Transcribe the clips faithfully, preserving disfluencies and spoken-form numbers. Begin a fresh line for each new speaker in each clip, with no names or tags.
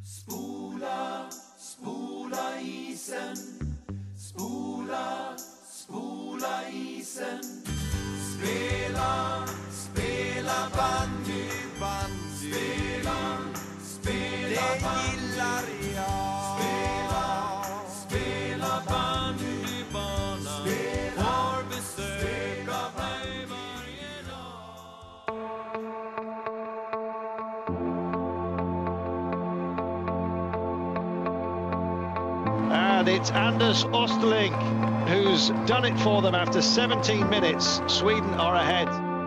Spola, spola isen. Spola, spola isen. Spela, spela bandy, bandy. Spela, spela bandy. Det gillar jag. Spela, spela bandy, bana. Har besök av mig varje dag.
And it's Anders Osterling who's done it for them after seventeen minutes. Sweden are ahead.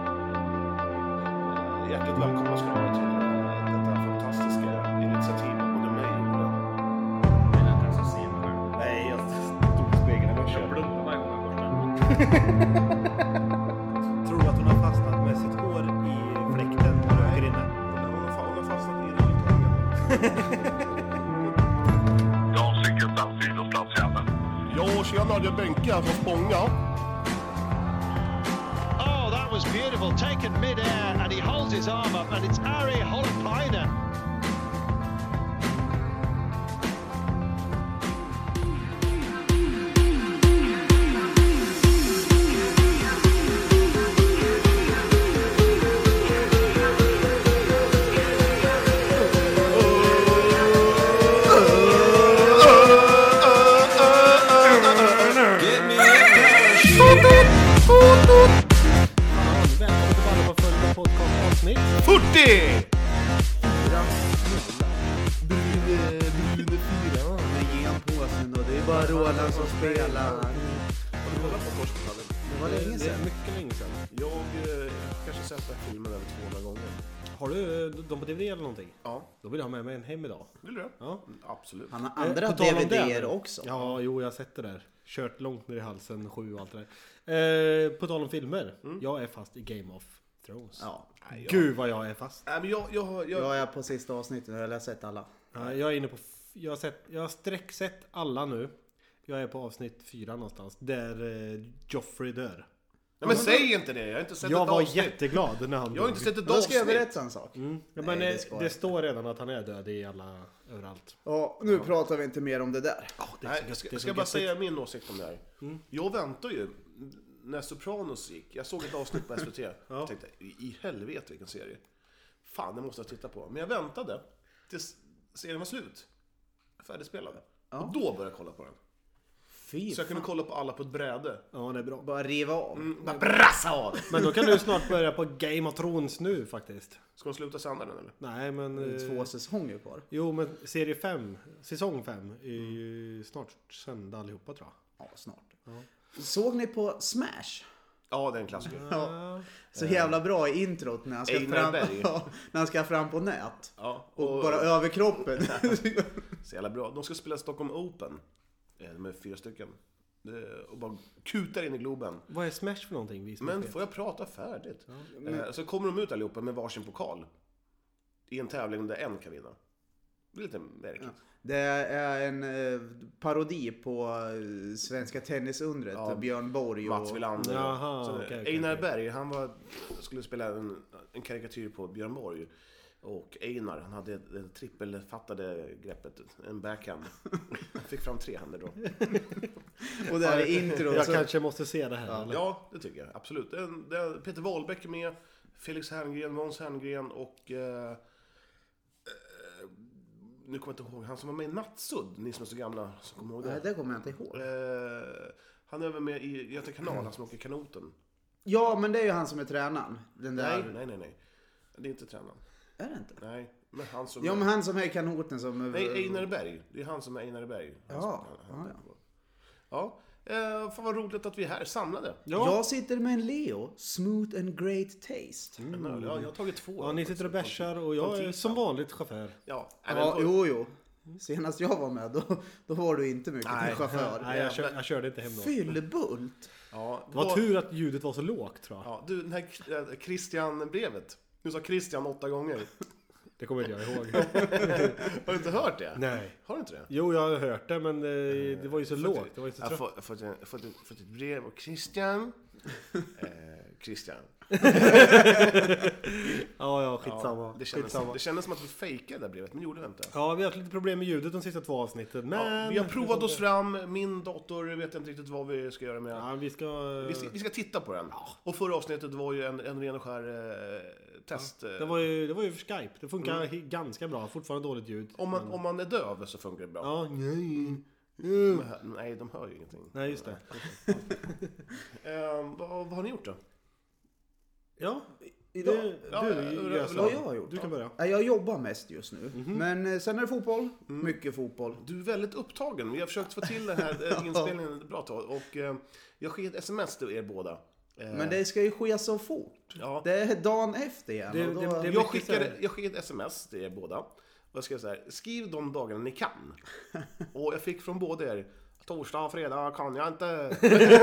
Hjärtligt välkomna ska ni vara till detta fantastiska initiativ av både mig och Ola.
Men jag kan så se mig själv.
Nej, jag stod på spegeln i morse.
Jag blundar varje gång jag borstar.
Tror du att hon har fastnat med sitt hår i fläkten och röker inne?
Hon har fa- hon har fastnat i rulltågen.
Jag tycker att han fyller plats i alla.
Ja, tjena, det är Benke här från Spånga.
Oh, that was beautiful. Taken mid-air and he holds his arm up and it's Ari Holopainen.
Välkommen till Balla på full podcast avsnitt.
fyrtio!
Brune fyra.
Med genpåsen och det är bara Roland som spelar.
Har du kollat på Torskfallet?
Det var länge
Det
sedan.
är mycket länge sedan.
Jag eh, kanske sett den här filmen över tvåhundra gånger.
Har du dem på D V D eller någonting?
Ja,
Då vill jag ha med mig en hem idag.
vill du det?
Ja.
Mm, absolut.
Han har
Eh,
andra
på tal om
D V D:er
det.
också.
Ja, jo, jag har sett det där. Kört långt ner i halsen, sju och allt det där. Eh, på tal om filmer. Jag är fast i Game of Thrones.
Ja.
Nej, jag,
Gud vad jag är fast.
Nej, men jag, jag, har- jag,
Jag är på sista avsnittet och jag har sett alla.
Ja, jag är inne på... f- Jag har, sett, jag har sträcksett alla nu. Jag är på avsnitt fyra någonstans. Där eh, Joffrey dör.
Nej, men säg inte det, jag har inte sett
Jag
ett
var
avsnitt.
jätteglad när han
Jag har inte
dog.
sett ett
Då ska jag
avsnitt.
berätta en sak.
Mm. Ja,
Nej,
men
det
det,
ska
det
jag
står redan att han är död i alla... Överallt.
Ja, nu pratar vi inte mer om det där.
Det är
Nej,
så-
jag ska,
det är
jag
så
ska bara
göttigt.
säga min åsikt om det här. Jag väntar ju när Sopranos gick. Jag såg ett avsnitt på S V T. Jag tänkte, i i helvete vilken serie. Fan, det måste jag titta på. Men jag väntade tills serien var slut. Färdigspelad. Och då började jag kolla på den.
Fy
Så jag kunde
fan.
kolla på alla på ett bräde.
Ja, det är bra.
Bara riva av.
Mm, bara brassa av!
Men då kan du snart börja på Game of Thrones nu faktiskt.
Ska de sluta sända den eller?
Nej, men...
Det är
eh,
två säsonger kvar.
Jo, men serie fem, säsong fem är ju snart sända allihopa tror jag.
Ja, snart. Såg ni på Smash?
Ja, det är en klassiker.
Ja. Så jävla bra i introt när han ska,
Einar
fram,
Berg.
när han ska fram på nät.
Ja,
Och bara överkroppen.
så jävla bra. De ska spela Stockholm Open. eh, Med fyra stycken. Det- Och bara kutar in i Globen.
Vad är Smash för någonting? Vi som
Men
vet?
får jag prata färdigt? Eh, Så kommer de ut allihopa med varsin pokal. I en tävling där en kan vinna. Det är lite märkligt.
Det är en eh, parodi på eh, Svenska tennisundret.
Ja,
Björn Borg och...
Mats Wilander.
Jaha,
Så,
okej, okej,
Einar
okej.
Berg, han var, skulle spela en, en karikatyr på Björn Borg. Och Einar, han hade det trippelfattade greppet. En backhand. Han fick fram tre händer då.
Och där är intro.
Jag
så,
kanske måste se det här. eller?
Ja, det tycker jag. Absolut. Det är, det är Peter Wahlbeck är med. Felix Herngren, Måns Herngren och... Eh, eh, nu kommer jag inte ihåg. Han som var med i Nattsudd. Ni som är så gamla som kommer ihåg det.
Nej, det kommer jag inte ihåg.
Eh, han är väl med i Göta kanal, han som åker kanoten.
Ja, men det är ju han som är tränaren. Den där...
Nej, nej, nej, nej. Det är inte tränaren.
Är det inte?
Nej, men han som...
Ja, men han som är i kanoten som...
Nej, Einar Berg. Det är han som är Einar Berg. Han
Ja,
som, han,
ja,
han, ja. Eh, fan vad roligt att vi är här samlade.
Jag sitter med en Leo. Smooth and great taste.
En öl. Ja, jag har tagit två.
Ja, ni sitter och bärsar och jag är som vanligt chaufför.
Ja, nej, men-
Ja, jo, jo. Senast jag var med, då, då var du inte mycket
Nej.
till chaufför.
Nej, jag, kör, jag körde inte hem då.
Fyllebult.
ja,
Det var tur att ljudet var så lågt tror jag.
Ja, du, den här eh, Christian-brevet. Du sa Christian åtta gånger.
Det kommer inte jag ihåg.
Har du inte hört det?
Nej.
Har du inte det?
Jo, jag har hört det, men det, det var ju så lågt. Det var ju så
Jag har
trött.
fått, fått, ett- fått, ett- fått ett brev av Christian. eh, Christian.
Ja, ja, skitsamma.
Ja, det, kändes,
skitsamma.
det kändes som att vi fejkade det brevet, men gjorde vi inte.
Ja, vi har haft lite problem med ljudet de sista två avsnitten. Men...
Ja, vi har provat oss fram, min dator vet jag inte riktigt vad vi ska göra med.
Ja, vi ska...
Vi ska, vi ska titta på den. Och förra avsnittet var ju en, en ren och skär eh, test.
Det var ju, det var ju för Skype. Det funkar mm. ganska bra. Fortfarande dåligt ljud.
Om man, om man är döv så funkar det bra.
Ja, nej.
Mm. Nej, de hör ju ingenting.
Nej, just det.
eh, vad, vad har ni gjort då?
Ja,
Idag?
det,
Ja,
du,
ja,
Jösa.
Vad jag har gjort?
Du kan börja.
Nej, jag jobbar mest just nu.
Mhm.
Men eh, sen är det fotboll. Mycket fotboll.
Du är väldigt upptagen. Vi har försökt få till den här eh, inspelningen ett bra tag. Och eh, jag skickade ett sms till er båda. Eh,
Men det ska ju ske så fort.
Ja.
Det är dagen efter igen.
Det-
och då...
det- det-
jag,
mycket
skickade,
så här-
jag skickade ett sms till er båda. Och jag skrev så här: skriv de dagarna ni kan. Och jag fick från båda er: torsdag och fredag kan jag inte.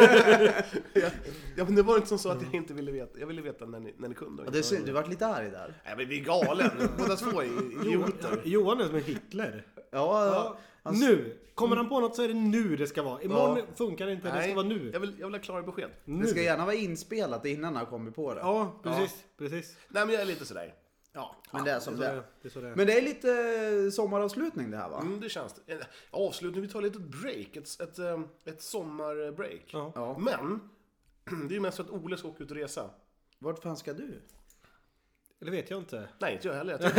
ja, ja, men det var inte som så att jag inte ville veta. Jag ville veta när ni, när ni kunde.
Ja, det är synd, du vart lite arg där.
Nej, men vi är galen. Båda två är idioter.
Johan är som en Hitler.
Ja,
Ja.
han-
Nu! Kommer han på något så är det nu det ska vara. Imorgon
Ja.
funkar det inte, det
Nej,
ska vara nu.
Jag vill, jag vill ha klara besked.
nu.
det ska gärna vara inspelat innan han kommer på det.
Ja, precis. precis.
Nej, men jag är lite sådär.
Ja, men det är som
Det är
det
så
är.
det är. Så det är.
Men det är lite sommaravslutning det här va?
Mm, det känns det. En avslutning, vi tar ett litet break. Ett, ett, eh, ett sommarbreak.
Ja.
Ja.
Men, det är ju mest för att Ole ska åka ut och resa.
Vart fan ska du?
Det vet jag inte.
Nej, inte jag heller. Jag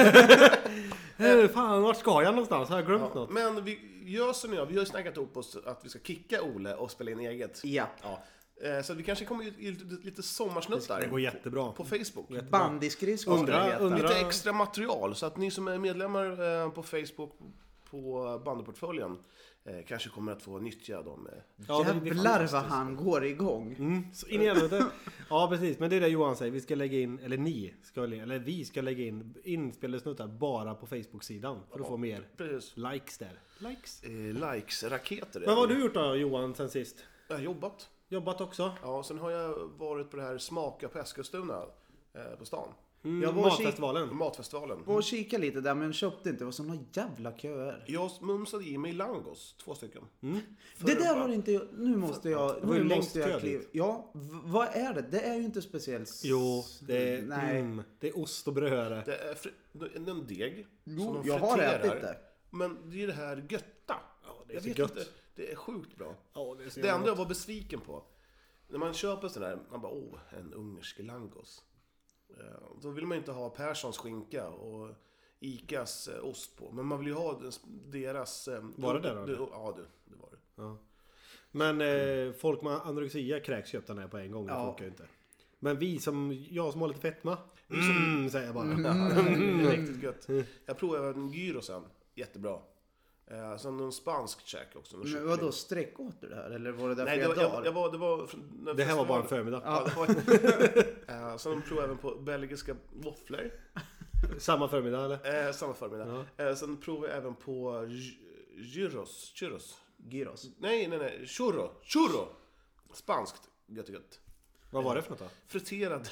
tror-
Eh, fan, vart ska jag någonstans? Har jag glömt
Ja,
något?
men vi gör så nu, vi har ju snackat ihop oss att vi ska kicka Ole och spela in eget.
Ja.
Ja. Eh, Så vi kanske kommer i lite, lite sommarsnuttar
Det går jättebra.
på Facebook.
Bandyskridskor ska det
Undra-
heta.
undra-
Lite extra material, så att ni som är medlemmar eh, på Facebook på bandyportföljen eh, kanske kommer att få nyttja dem. eh.
Ja, det- det är
Jävlar vad han går igång.
Mm, så in i helvete. Ja, precis. Men det är det Johan säger. Vi ska lägga in, eller ni ska lägga, eller vi ska lägga in inspelade snuttar bara på Facebook-sidan. För att få mer
Precis.
likes där. Likes.
Eh, likes, raketer.
Men vad har du gjort då Johan sen sist?
Jag har jobbat.
Jobbat också?
Ja, sen har jag varit på det här Smaka på Eskilstuna eh, på stan.
Mm,
Jag var och
Matfestivalen.
Matfestivalen.
Gå och kika lite där men köpte inte. Det var såna jävla köer.
Jag mumsade i mig langos, två stycken.
Det där har inte jag... Nu måste jag...
Det var ju
Nu
längst
måste jag
kö
kliva...
dit.
Ja, v- vad är det? Det är ju inte speciellt...
Jo, det är,
Nej.
mm, det är ost och bröd. här.
Det är fri- en deg
Jo,
som de
jag har
friterar.
ätit det.
Men det är det här götta.
Ja, det är
Jag
så
vet
gött.
inte, det är sjukt bra.
Ja, det är så
Det
jävla
enda jag
gott.
var besviken på, när man köper sån där, man bara åh, en ungersk langos. Eh, Då vill man inte ha Perssons skinka och Icas eh, ost på. Men man vill ju ha des- deras... eh,
Var det där då,
det,
eller?
Ja, det, det var det.
Ja. Men eh, folk med anorexia kräks köpt den här på en gång. Det
Ja.
funkar ju inte. Men vi som, jag som har lite fetma. Mm, säger jag bara.
Det är riktigt gött. Jag provade en gyrosen, jättebra. Eh, sen en spansk käk också. med
Men
kyckling.
vadå, sträck åt du det här? Eller var det där
Nej, det
flera
var, jag,
dagar?
jag var, det var... från- när
Det här var bara en
festivalen-
förmiddag.
Ja, det var, eh, sen provade jag även på belgiska våfflor.
Samma förmiddag eller?
Eh, samma förmiddag. Eh, sen provade jag även på gy- gyros. Churros.
Gyros.
Nej, nej, nej. Churro. Churro. Spanskt. Gött, gött.
Vad var det för något då?
Friterad.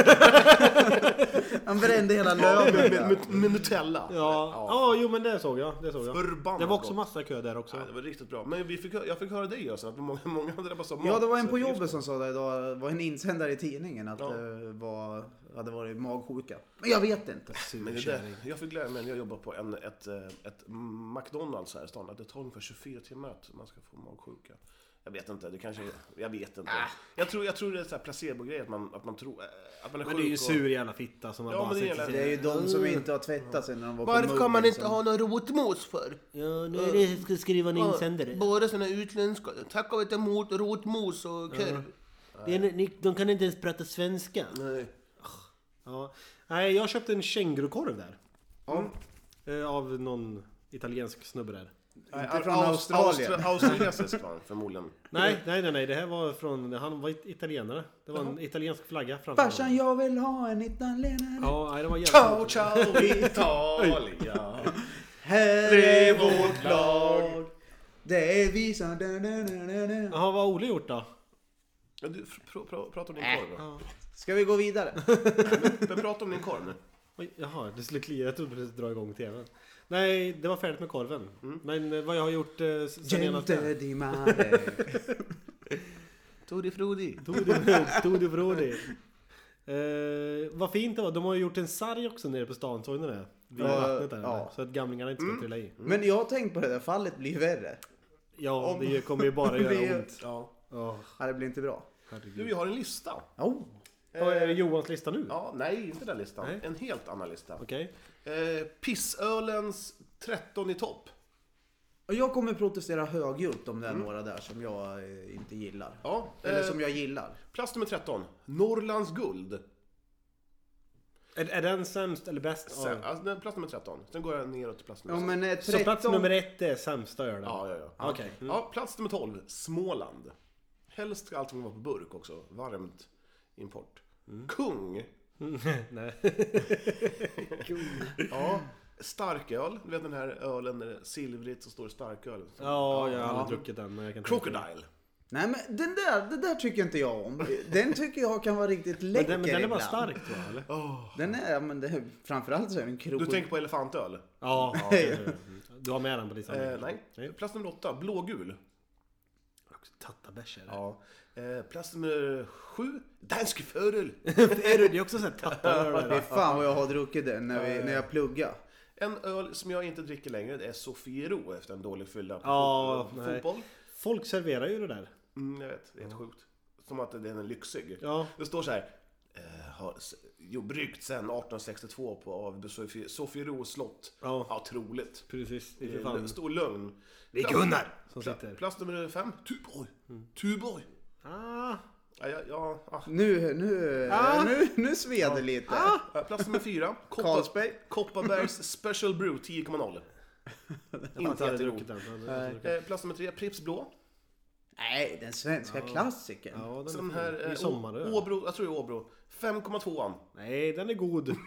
Han brände hela
med,
löven.
med, med, med Nutella.
Ja, ja. jo men det såg jag. Det såg jag.
Förbannat
Det var också
gott.
massa kö där också.
Ja, det var riktigt bra. Men vi fick, hö- jag fick höra dig också, att många, många drabbas av
Ja, det var en
mat-
på jobbet som sa det idag. Det var en insändare i tidningen att
Ja.
det var, hade varit magsjuka. Men jag vet inte.
Men det där, jag fick lära mig när jag jobbar på en, ett, eh, ett McDonalds här i stan att det tar ungefär tjugofyra timmar att man ska få magsjuka. Jag vet inte, det kanske, jag vet inte. Jag tror, jag tror det är så här placebo-grej att man, att man tror eh, att man är
Men
sjuk.
det är ju en
och-
sur jävla fitta som man
Ja,
bara
men det är
sätter
jävla-
sig.
Det är ju de som inte har tvättat sig när de var på
Varför kan man
muggen
inte
som-
ha någon rotmos för?
Ja, nu är det, ska skriva en insändare.
Bara såna utländska, tack och vet emot rotmos och korv.
Det är, ni, de kan inte ens prata svenska.
Nej.
Ja. Nej, jag köpte en kängurukorv där. Ja. Eh, Av någon italiensk snubbe där.
Inte från Australien.
Austra- Australiensisk var han, förmodligen.
Nej, nej, nej, nej, det här var från, han var italienare. Det var en italiensk flagga framför
Farsan,
honom.
jag vill ha en italienare.
Ja, nej, det var
Ciao,
jävligt.
ciao, Italia.
Här är vårt lag. Det är vi som...
Jaha, vad har Ole gjort då?
Ja, du, pr- pr- prata om din korv då.
Ska vi gå vidare?
Men prata om din korv nu.
Oj, jaha, det skulle klia. Jag trodde det skulle dra igång tvn. Nej, det var färdigt med korven. Men eh, vad jag har gjort eh, sen senast...
Gente di mare.
Tutti frutti.
Tutti Frodi. Eh, vad fint det var. De har ju gjort en sarg också nere på stan. Såg ni det? Vid
Ja,
vattnet där.
ja.
Så att gamlingarna inte ska trilla i.
Men jag har tänkt på det där fallet blir värre.
Ja, det kommer ju bara göra
Det-
ont.
Ja.
Oh,
Ja, det blir inte bra.
Du,
herregud.
vi har en lista.
Oh.
Vad är det Johans lista nu?
Ja, nej, inte den listan.
Nej.
En helt annan lista.
Okej.
Eh, pissölens tretton i topp.
Och jag kommer protestera högljutt om det är några där som jag eh, inte gillar.
Ja,
Eller
eh,
som jag gillar.
plats nummer tretton. Norrlands guld.
Är, är den sämst eller bäst?
Sen,
Ja.
alltså, den- plats nummer tretton. Sen går jag neråt till plats
Ja,
nummer
men eh,
Så plats
tretton...
nummer ett är sämsta ölen?
Ja, ja, ja.
Okej. Mm.
Ja, plats nummer tolv. Småland. Helst ska allting vara på burk också. Varmt import.
Mm.
Kung.
Nej.
Ja. Starköl. Du vet den här ölen där det är silvrigt så står det starköl.
Ja, jag har aldrig druckit den. Men jag kan tänka mig.
Crocodile.
Nej, men den där, det där tycker inte jag om. Den tycker jag kan vara riktigt
Men
läcker
den, men den är bara
ibland.
stark tror jag, eller?
Den är, men det är, framförallt så är den krok.
Du tänker på elefantöl?
Ja, ja, det är det. Du har med den på listan?
Eh, nej. Plats nummer åtta. Blågul.
Tattabärs är det.
Ja. Eh, plats nummer sju. Dansk fördel.
Är det, det är också så här tattabärs.
Fy fan vad jag har druckit den när, vi, när jag pluggar.
En öl som jag inte dricker längre, det är Sofiero efter en dålig fylla på
Ja,
fot-
nej.
fotboll.
Folk serverar ju det där.
Mm, jag vet, det är helt sjukt. Som att det är en lyxig.
Ja.
Det står så här. Eh, har, s- jo, bryggt sedan arton sextiotvå på A V B Sofi- Sofiero slott.
Ja.
Ja, troligt.
Precis. Det är
Det
för
är
fan.
en stor lögn.
Det är
Plats-
Gunnar som
pla-
sitter.
Plats nummer fem. Tuborg. Tuborg.
Ah.
Ja, ja, ja, ah.
Nu, nu,
Ah.
nu, nu sved det lite.
Eh, Plats nummer fyra. Koppar,
Carlsberg.
Kopparbergs Special Brew tio komma noll.
Jag
Inte
hade aldrig
jättegod.
druckit den. Jag hade aldrig druckit
Eh, plats nummer tre. Pripps Blå.
Nej, den svenska klassikern.
den. Ja, den
Så
är
den
fin.
här
Det är
eh,
sommaröl.
Å- Åbro, jag tror det är Åbro. fem komma två.
Nej, den är god.
Oh,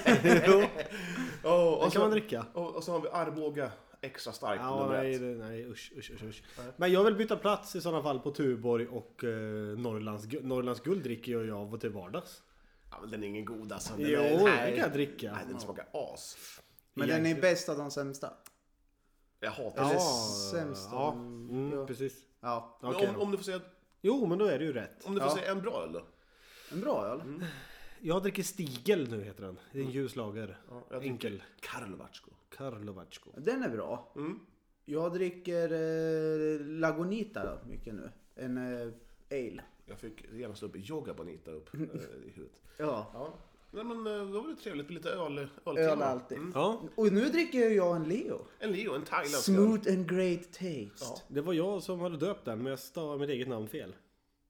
Den
och,
kan man
så,
dricka.
och, och så har vi Arboga extra starkt
Ja,
nummer
nej,
ett.
det, nej usch, usch, usch, usch. Men jag vill byta plats i sådana fall på Tuborg och eh, Norrlands, gu- Norrlands guld dricker jag ju av och till vardags.
Ja, men den är ingen god alltså. Den
Jo,
är,
det
nej,
kan jag dricka.
nej, den smakar as.
Men den är bäst av de sämsta.
Jag hatar
Eller
det.
sämst
Ja,
av...
mm,
Ja.
precis.
Ja,
Men
Okej
om,
då.
om du får säga,
Jo, men då är det ju rätt.
om du får
Ja.
säga en bra öl då?
en bra öl.
Jag dricker Stigel nu heter den. Det är en ljus lager.
Ja, jag dricker
Enkel.
Karlovatsko.
Karlovatsko.
Den är bra.
Mm.
Jag dricker eh, Lagunita mycket nu. En eh, ale.
Jag fick genast upp Yoga Bonita upp eh, i huvudet.
Ja,
Ja. Nej, men eh, då var det trevligt med lite öl. Öl,
öl alltid.
Ja,
Och nu dricker jag en Leo.
En Leo, en thailändsk öl.
Smooth and great taste.
Ja.
det var jag som hade döpt den, men jag stavade mitt eget namn fel.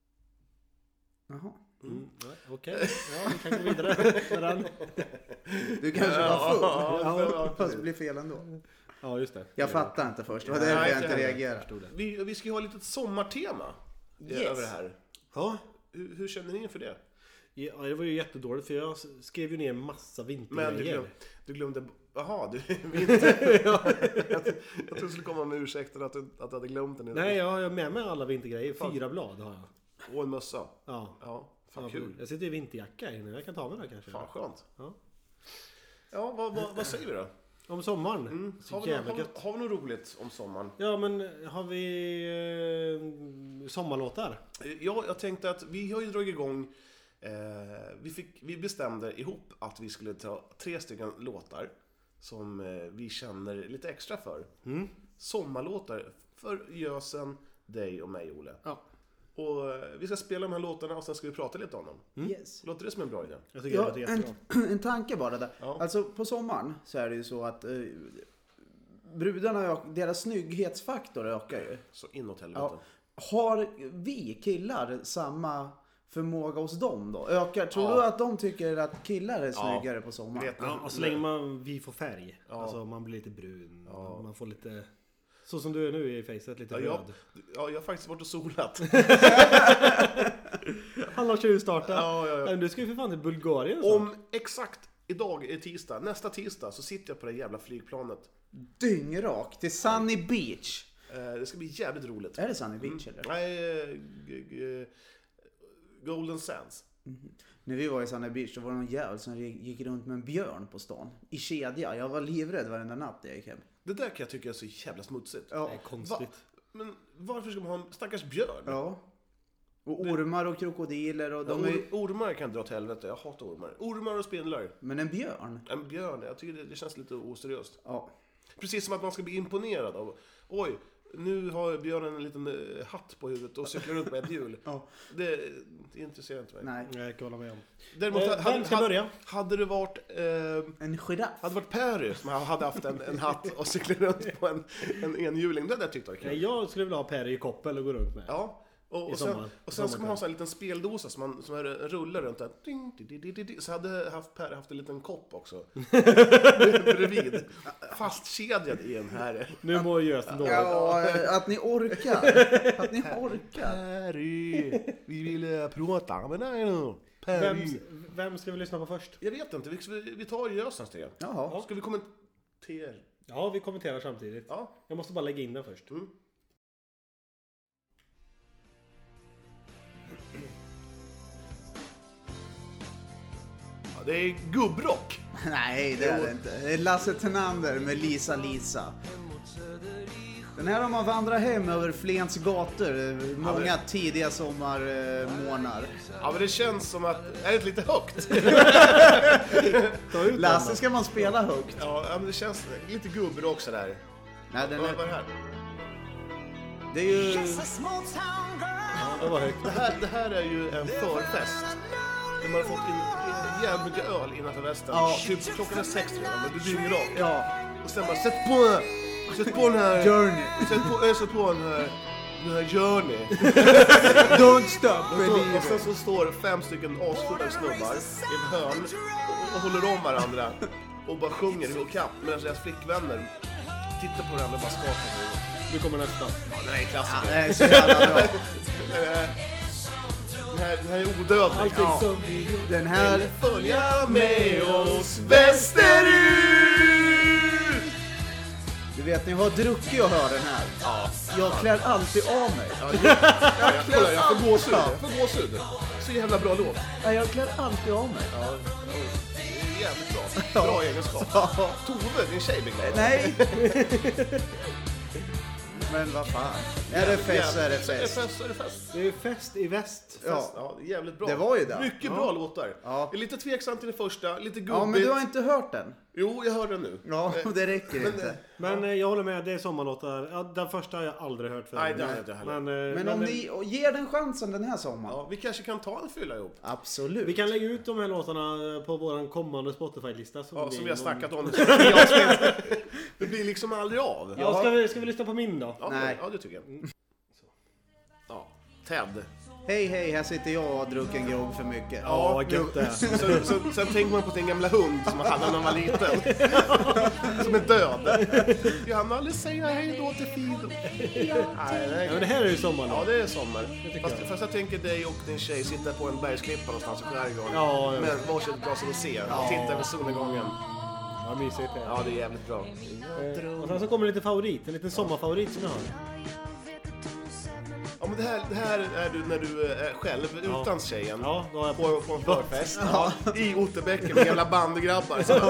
Jaha.
Mm. nej, Okej, ja, vi kan gå vidare med den.
Du kanske var full.
Ja, ja, ja,
Fast
precis.
det blir fel ändå.
Ja, just det.
Jag fattar inte först. Det var
Nej,
därför jag
inte
inte
heller.
reagerade.
Förstod det.
Vi, vi ska ju ha lite sommartema eh,
Yes.
över det här.
Ja,
Hur, hur känner ni inför det?
ja, det var ju jättedåligt för jag skrev ju ner massa
Men du,
vintergrejer.
glöm, du glömde... Jaha, du inte... jag, jag trodde du skulle komma med ursäkten att du, att du hade glömt den.
Nej, jag har med mig alla vintergrejer. Fyra blad har jag.
Och en mössa.
Ja.
Ja, fan
Ja,
kul.
Jag sitter i vinterjacka här inne. Jag kan ta mig där kanske.
Fan skönt.
Ja.
Ja, vad, vad, vad säger vi då?
Om sommaren.
Mm.
Så
Har, vi,
jävla
har, vi,
gött.
har vi något roligt om sommaren?
Ja, men har vi eh, sommarlåtar?
Ja, jag tänkte att vi har ju dragit igång... Eh, vi, fick, vi bestämde ihop att vi skulle ta tre stycken låtar som eh, vi känner lite extra för.
Mm.
Sommarlåtar för Jösen, dig och mig, Ole.
Ja.
Och eh, vi ska spela de här låtarna och sen ska vi prata lite om dem.
Yes.
Låter det som en bra idé?
Jag tycker
Ja,
det låter
en,
jättebra.
en tanke bara där.
Ja.
Alltså på sommaren så är det ju så att eh, brudarna, ök- deras snygghetsfaktor ökar ju.
Så inåt helvete.
Ja. Har vi killar samma förmåga hos dem då? Ökar, tror
Ja.
du att de tycker att killar är
Ja.
snyggare på sommaren?
Vet ni?
Ja, och så länge man, vi får färg.
Ja.
Alltså man blir lite brun.
Ja.
Man får lite... Så som du är nu i facet, lite
Ja,
röd.
jag, ja, jag har faktiskt varit och solat.
Han har tjuvstartat.
Ja, ja, ja.
Men du ska ju för fan till Bulgarien så.
Om exakt idag är tisdag, nästa tisdag så sitter jag på det jävla flygplanet.
Dyngrak till Sunny Beach.
Eh, det ska bli jävligt roligt.
Är det Sunny Beach eller?
Nej, eh, g- g- Golden Sands.
När vi var i Sunny Beach så var det någon jävel som gick runt med en björn på stan. I kedja. Jag var livrädd varenda natt jag gick hem.
Det där kan jag tycka är så jävla smutsigt.
Ja.
Det är konstigt.
Men varför ska man ha en stackars björn?
Ja. Och ormar och krokodiler och de
Ja,
är...
or- ormar kan jag dra åt helvete, jag hatar ormar. Ormar och spindlar.
Men en björn?
En björn, jag tycker det, det känns lite oseriöst.
Ja.
Precis som att man ska bli imponerad av, oj, nu har björnen en liten eh, hatt på huvudet och cyklar runt med ett hjul.
Ja.
Det, det intresserar inte mig.
Nej.
Jag kan hålla med om.
Däremot,
Eh,
hade,
vem ska
hade,
börja?
hade det varit eh,
En giraff?
hade varit Perry som hade haft en, en hatt och cyklat runt på en, en enhjuling, det hade jag tyckt var kul.
Nej, jag skulle vilja ha Perry i koppel och gå runt med.
Ja. Och,
I
och sen,
sommar.
och sen ska man ha en
Sommarkväll.
sån här liten speldosa som, man, som är, rullar runt där. Ding, di, di, di, di, di. Så hade haft Per haft en liten kopp också. Bredvid. Fastkedjad i en här.
Nu mår Gösen dåligt.
Ja, eh, att ni orkar. Att ni orkar.
Perry, vi vill uh, prata med dig nu.
Vem,
Perry.
vem ska vi lyssna på först?
Jag vet inte, vi, vi tar Gösens det.
Jaha.
Ska vi kommentera?
Ja, vi kommenterar samtidigt.
Ja.
Jag måste bara lägga in den först.
Mm. Ja, det är gubbrock.
Nej, det är det inte. Det är Lasse Tenander med Lisa Lisa. Den här har man vandrat hem över Flens gator många
Ja,
tidiga sommarmånader.
Ja, men det känns som att... Är det lite högt?
Ta ut
Lasse
den
ska man spela högt.
Ja, ja, men det känns lite gubbrock sådär.
Nej, den
Vad vad är det
är,
här?
det är ju...
då. Det var högt.
Det här, det här är ju en förfest. Där man har fått in in jävligt mycket öl innanför västen.
Ja.
Typ klockan är sex redan, men du dynger rak.
Ja,
Och sen bara, sätt på, sätt på den här...
Journey.
Sätt på, äh, sätt på den här... Den här Journey.
Don't stop
Och, så, och sen så står fem stycken asfulla snubbar i en hörn och, och håller om varandra. Och bara sjunger i kapp medan deras flickvänner tittar på varandra och bara skakar på huvudet.
Nu kommer nästa.
Ja, den här är klassiker.
Det är så jävla bra.
Den här, den här är odödlig.
Allting
Ja.
som vi gjorde.
Den här...
Följa med oss västerut!
Du vet, ni har druckit och hör den här.
Ja,
Jag klär alltid av mig.
ja, jag, jag, kolla, jag får gåshud. Jag får gåshud. Så jävla bra låt.
Ja, jag klär alltid av mig.
Ja, det är jävligt bra. Bra egenskap. Tove, din tjej blir glad.
Nej. Men vad fan. Är det fest så är det
Är det
fest.
fest så är det fest.
Det är fest i väst.
Ja.
Ja, det är jävligt bra.
Det var ju det.
Mycket bra låtar.
Ja.
Jag är lite tveksam till den första, lite gubbigt.
Ja, men du har inte hört den.
Jo, jag hör den nu.
Ja, det räcker
Men,
inte.
Men eh, jag håller med, det är sommarlåtar. Ja, den första har jag aldrig hört förut.
Nej, det har jag inte heller.
Men, eh,
Men om ni och ger den chansen den här sommaren.
Ja, vi kanske kan ta en fylla ihop.
Absolut.
vi kan lägga ut de här låtarna på vår kommande Spotify-lista. Som,
Ja,
blir
som vi har
någon-
snackat om. i avsnitt. Det blir liksom aldrig av.
Ja, ska vi, ska vi lyssna på min då?
Ja,
Nej.
ja, det tycker jag. Ja, Ted.
Hej hej, här sitter jag och har druckit en grogg för mycket.
Ja, vad gött det är.
Så, så, sen tänker man på sin gamla hund som man hade när man var liten. Som är död. Jag hann aldrig säga hej då till Fido. Nej,
Ja,
nej.
men det här är ju sommar.
Ja, det är sommar.
tycker
Fast,
jag.
fast jag tänker dig och din tjej sitta på en bergsklippa någonstans i skärgården.
Ja, ja.
Med varsitt glas rosé och titta över solnedgången.
Ja, mysigt det är.
Ja, det är jävligt bra.
Eh, och sen så kommer en liten favorit, en liten sommarfavorit som jag har.
Ja, men det här, det här är du när du är själv,
Ja.
utan tjejen.
Ja, då har jag
På, på en förfest. Ja. I Otterbäcken med jävla bandgrabbar. Så.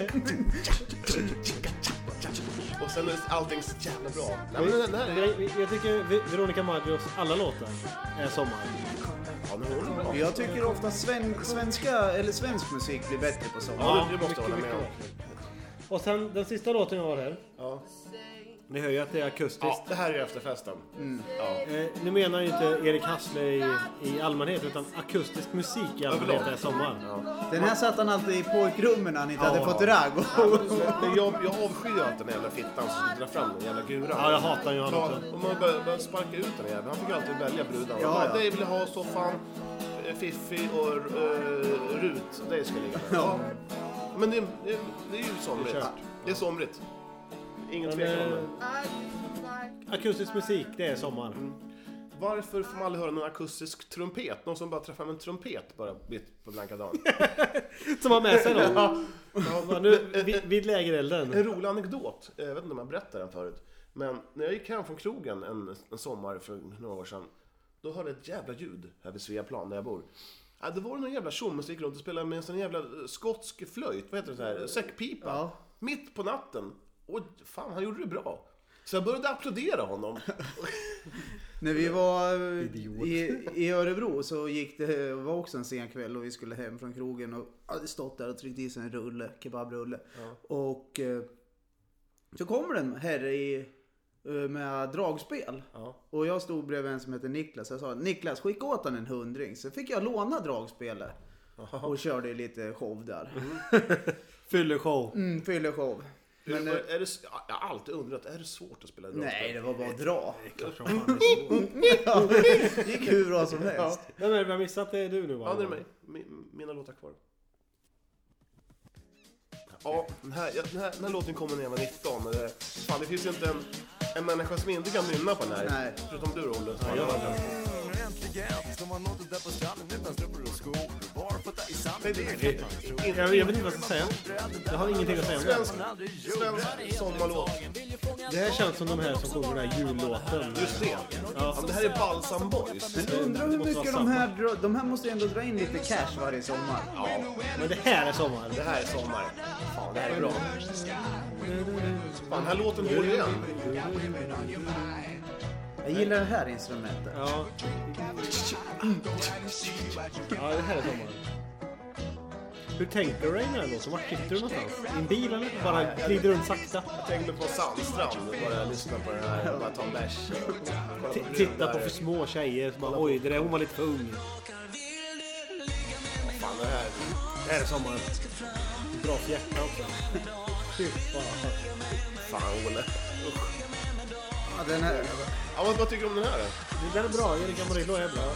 Och sen är allting så jävla bra. Nej, men den här är...
Jag, jag tycker Ve- Veronica Maggios alla låtar är sommar.
Ja, men hon är bra.
Jag tycker ofta sven, svenska, eller svensk musik blir bättre på sommaren.
Ja, det, det måste jag
mycket,
hålla med om.
mycket. Och sen den sista låten jag har här.
Ja.
Ni hör ju att det är akustiskt.
Ja, det här är efterfesten. Ja.
Eh, nu menar inte Erik Hassle i, i allmänhet utan akustisk musik i allmänhet
Överlag.
är sommar.
Den här satt han alltid i pojkrummen när han inte
Ja.
hade fått ragg.
Men jag, jag avskyr att den jävla fittan som drar fram den jävla guran.
Ja, jag hatar ju honom
Ja,
också.
och man börjar, börjar sparka ut den jäveln. Han fick alltid välja brudarna.
Ja,
Ja,
ja.
Det vill jag ha soffan, eh, Fiffi och uh, Rut. Det ska ligga där. Ja. Men det, det, det är ju somrigt.
Det är kört.
Det är somrigt. Ingen
Men,
tvekan om
eh,
det.
akustisk musik, det är sommar.
Mm. Varför får man aldrig höra någon akustisk trumpet? Någon som bara träffar en trumpet bara mitt på blanka dagen.
Som har med sig då.
Ja.
Ja, nu, vid, vid lägerelden.
En rolig anekdot, jag vet inte om jag berättade den förut. Men när jag gick hem från krogen en, en sommar för några år sedan, då hörde jag ett jävla ljud här vid Sveaplan där jag bor. Ja, det var någon jävla tjomme som gick runt och spelade med en sån jävla skotsk flöjt, vad heter det så här, säckpipa.
Ja.
Mitt på natten. Och fan, han gjorde det bra. Så jag började applådera honom.
När vi var i, i Örebro så gick det, var också en sen kväll och vi skulle hem från krogen och hade stått där och tryckt i sig en rulle, kebabrulle. Ja. Och eh, så kommer den här i, med dragspel. Ja. Och jag stod bredvid en som heter Niklas. Jag sa, Niklas, skicka åt han en hundring. Så fick jag låna dragspelet. Aha. Och körde lite show där.
Mm. Fylleshow.
Mm, fylleshow.
Men, är, är det, jag har alltid undrat, är det svårt att spela dragspel?
Nej, det var bara att dra.
Det är klart som fan är
ja, det gick hur bra som helst.
Ja. Men vi har missat det du nu va?
Ja, det är mig. Mina låtar kvar. Ja, den här, den här, den här låten kommer när jag var nitton. Det, fan, det finns ju inte en, en människa som inte kan nynna på den här.
Nej.
Förutom du, Olle.
Ja, jag var den.
Nej, det är inte.
Jag, jag vet inte vad jag ska säga. Jag har ingenting att säga om det.
Svensk, svensk sommarlåt.
Det här känns som de här som sjunger den här jullåten.
Just det. Ja. Ja, men det här är Balsam Boys.
Men undrar hur mycket de här, dra, de här måste ändå dra in lite cash varje sommar.
Ja,
men det här är sommar.
Det här är sommar. Fan, det här är bra. Fan, den här låten håller igen.
Jag gillar det här instrumentet.
Ja. Ja, det här är sommar. Hur tänkte du dig när det låter? Vart sitter du någonstans? I en bil eller? Bara glider runt sakta?
Jag tänkte på Sandstrand och bara lyssna på den här och bara ta en bärs.
Titta på för små tjejer som bara, oj, det där, hon var lite för ung.
Fan, det här,
det här är sommar. Bra för hjärta också.
Fan, Olle.
Ja, den här...
Ja, vad, vad tycker du om den här då?
Den är bra, Erik Amarillo är bra.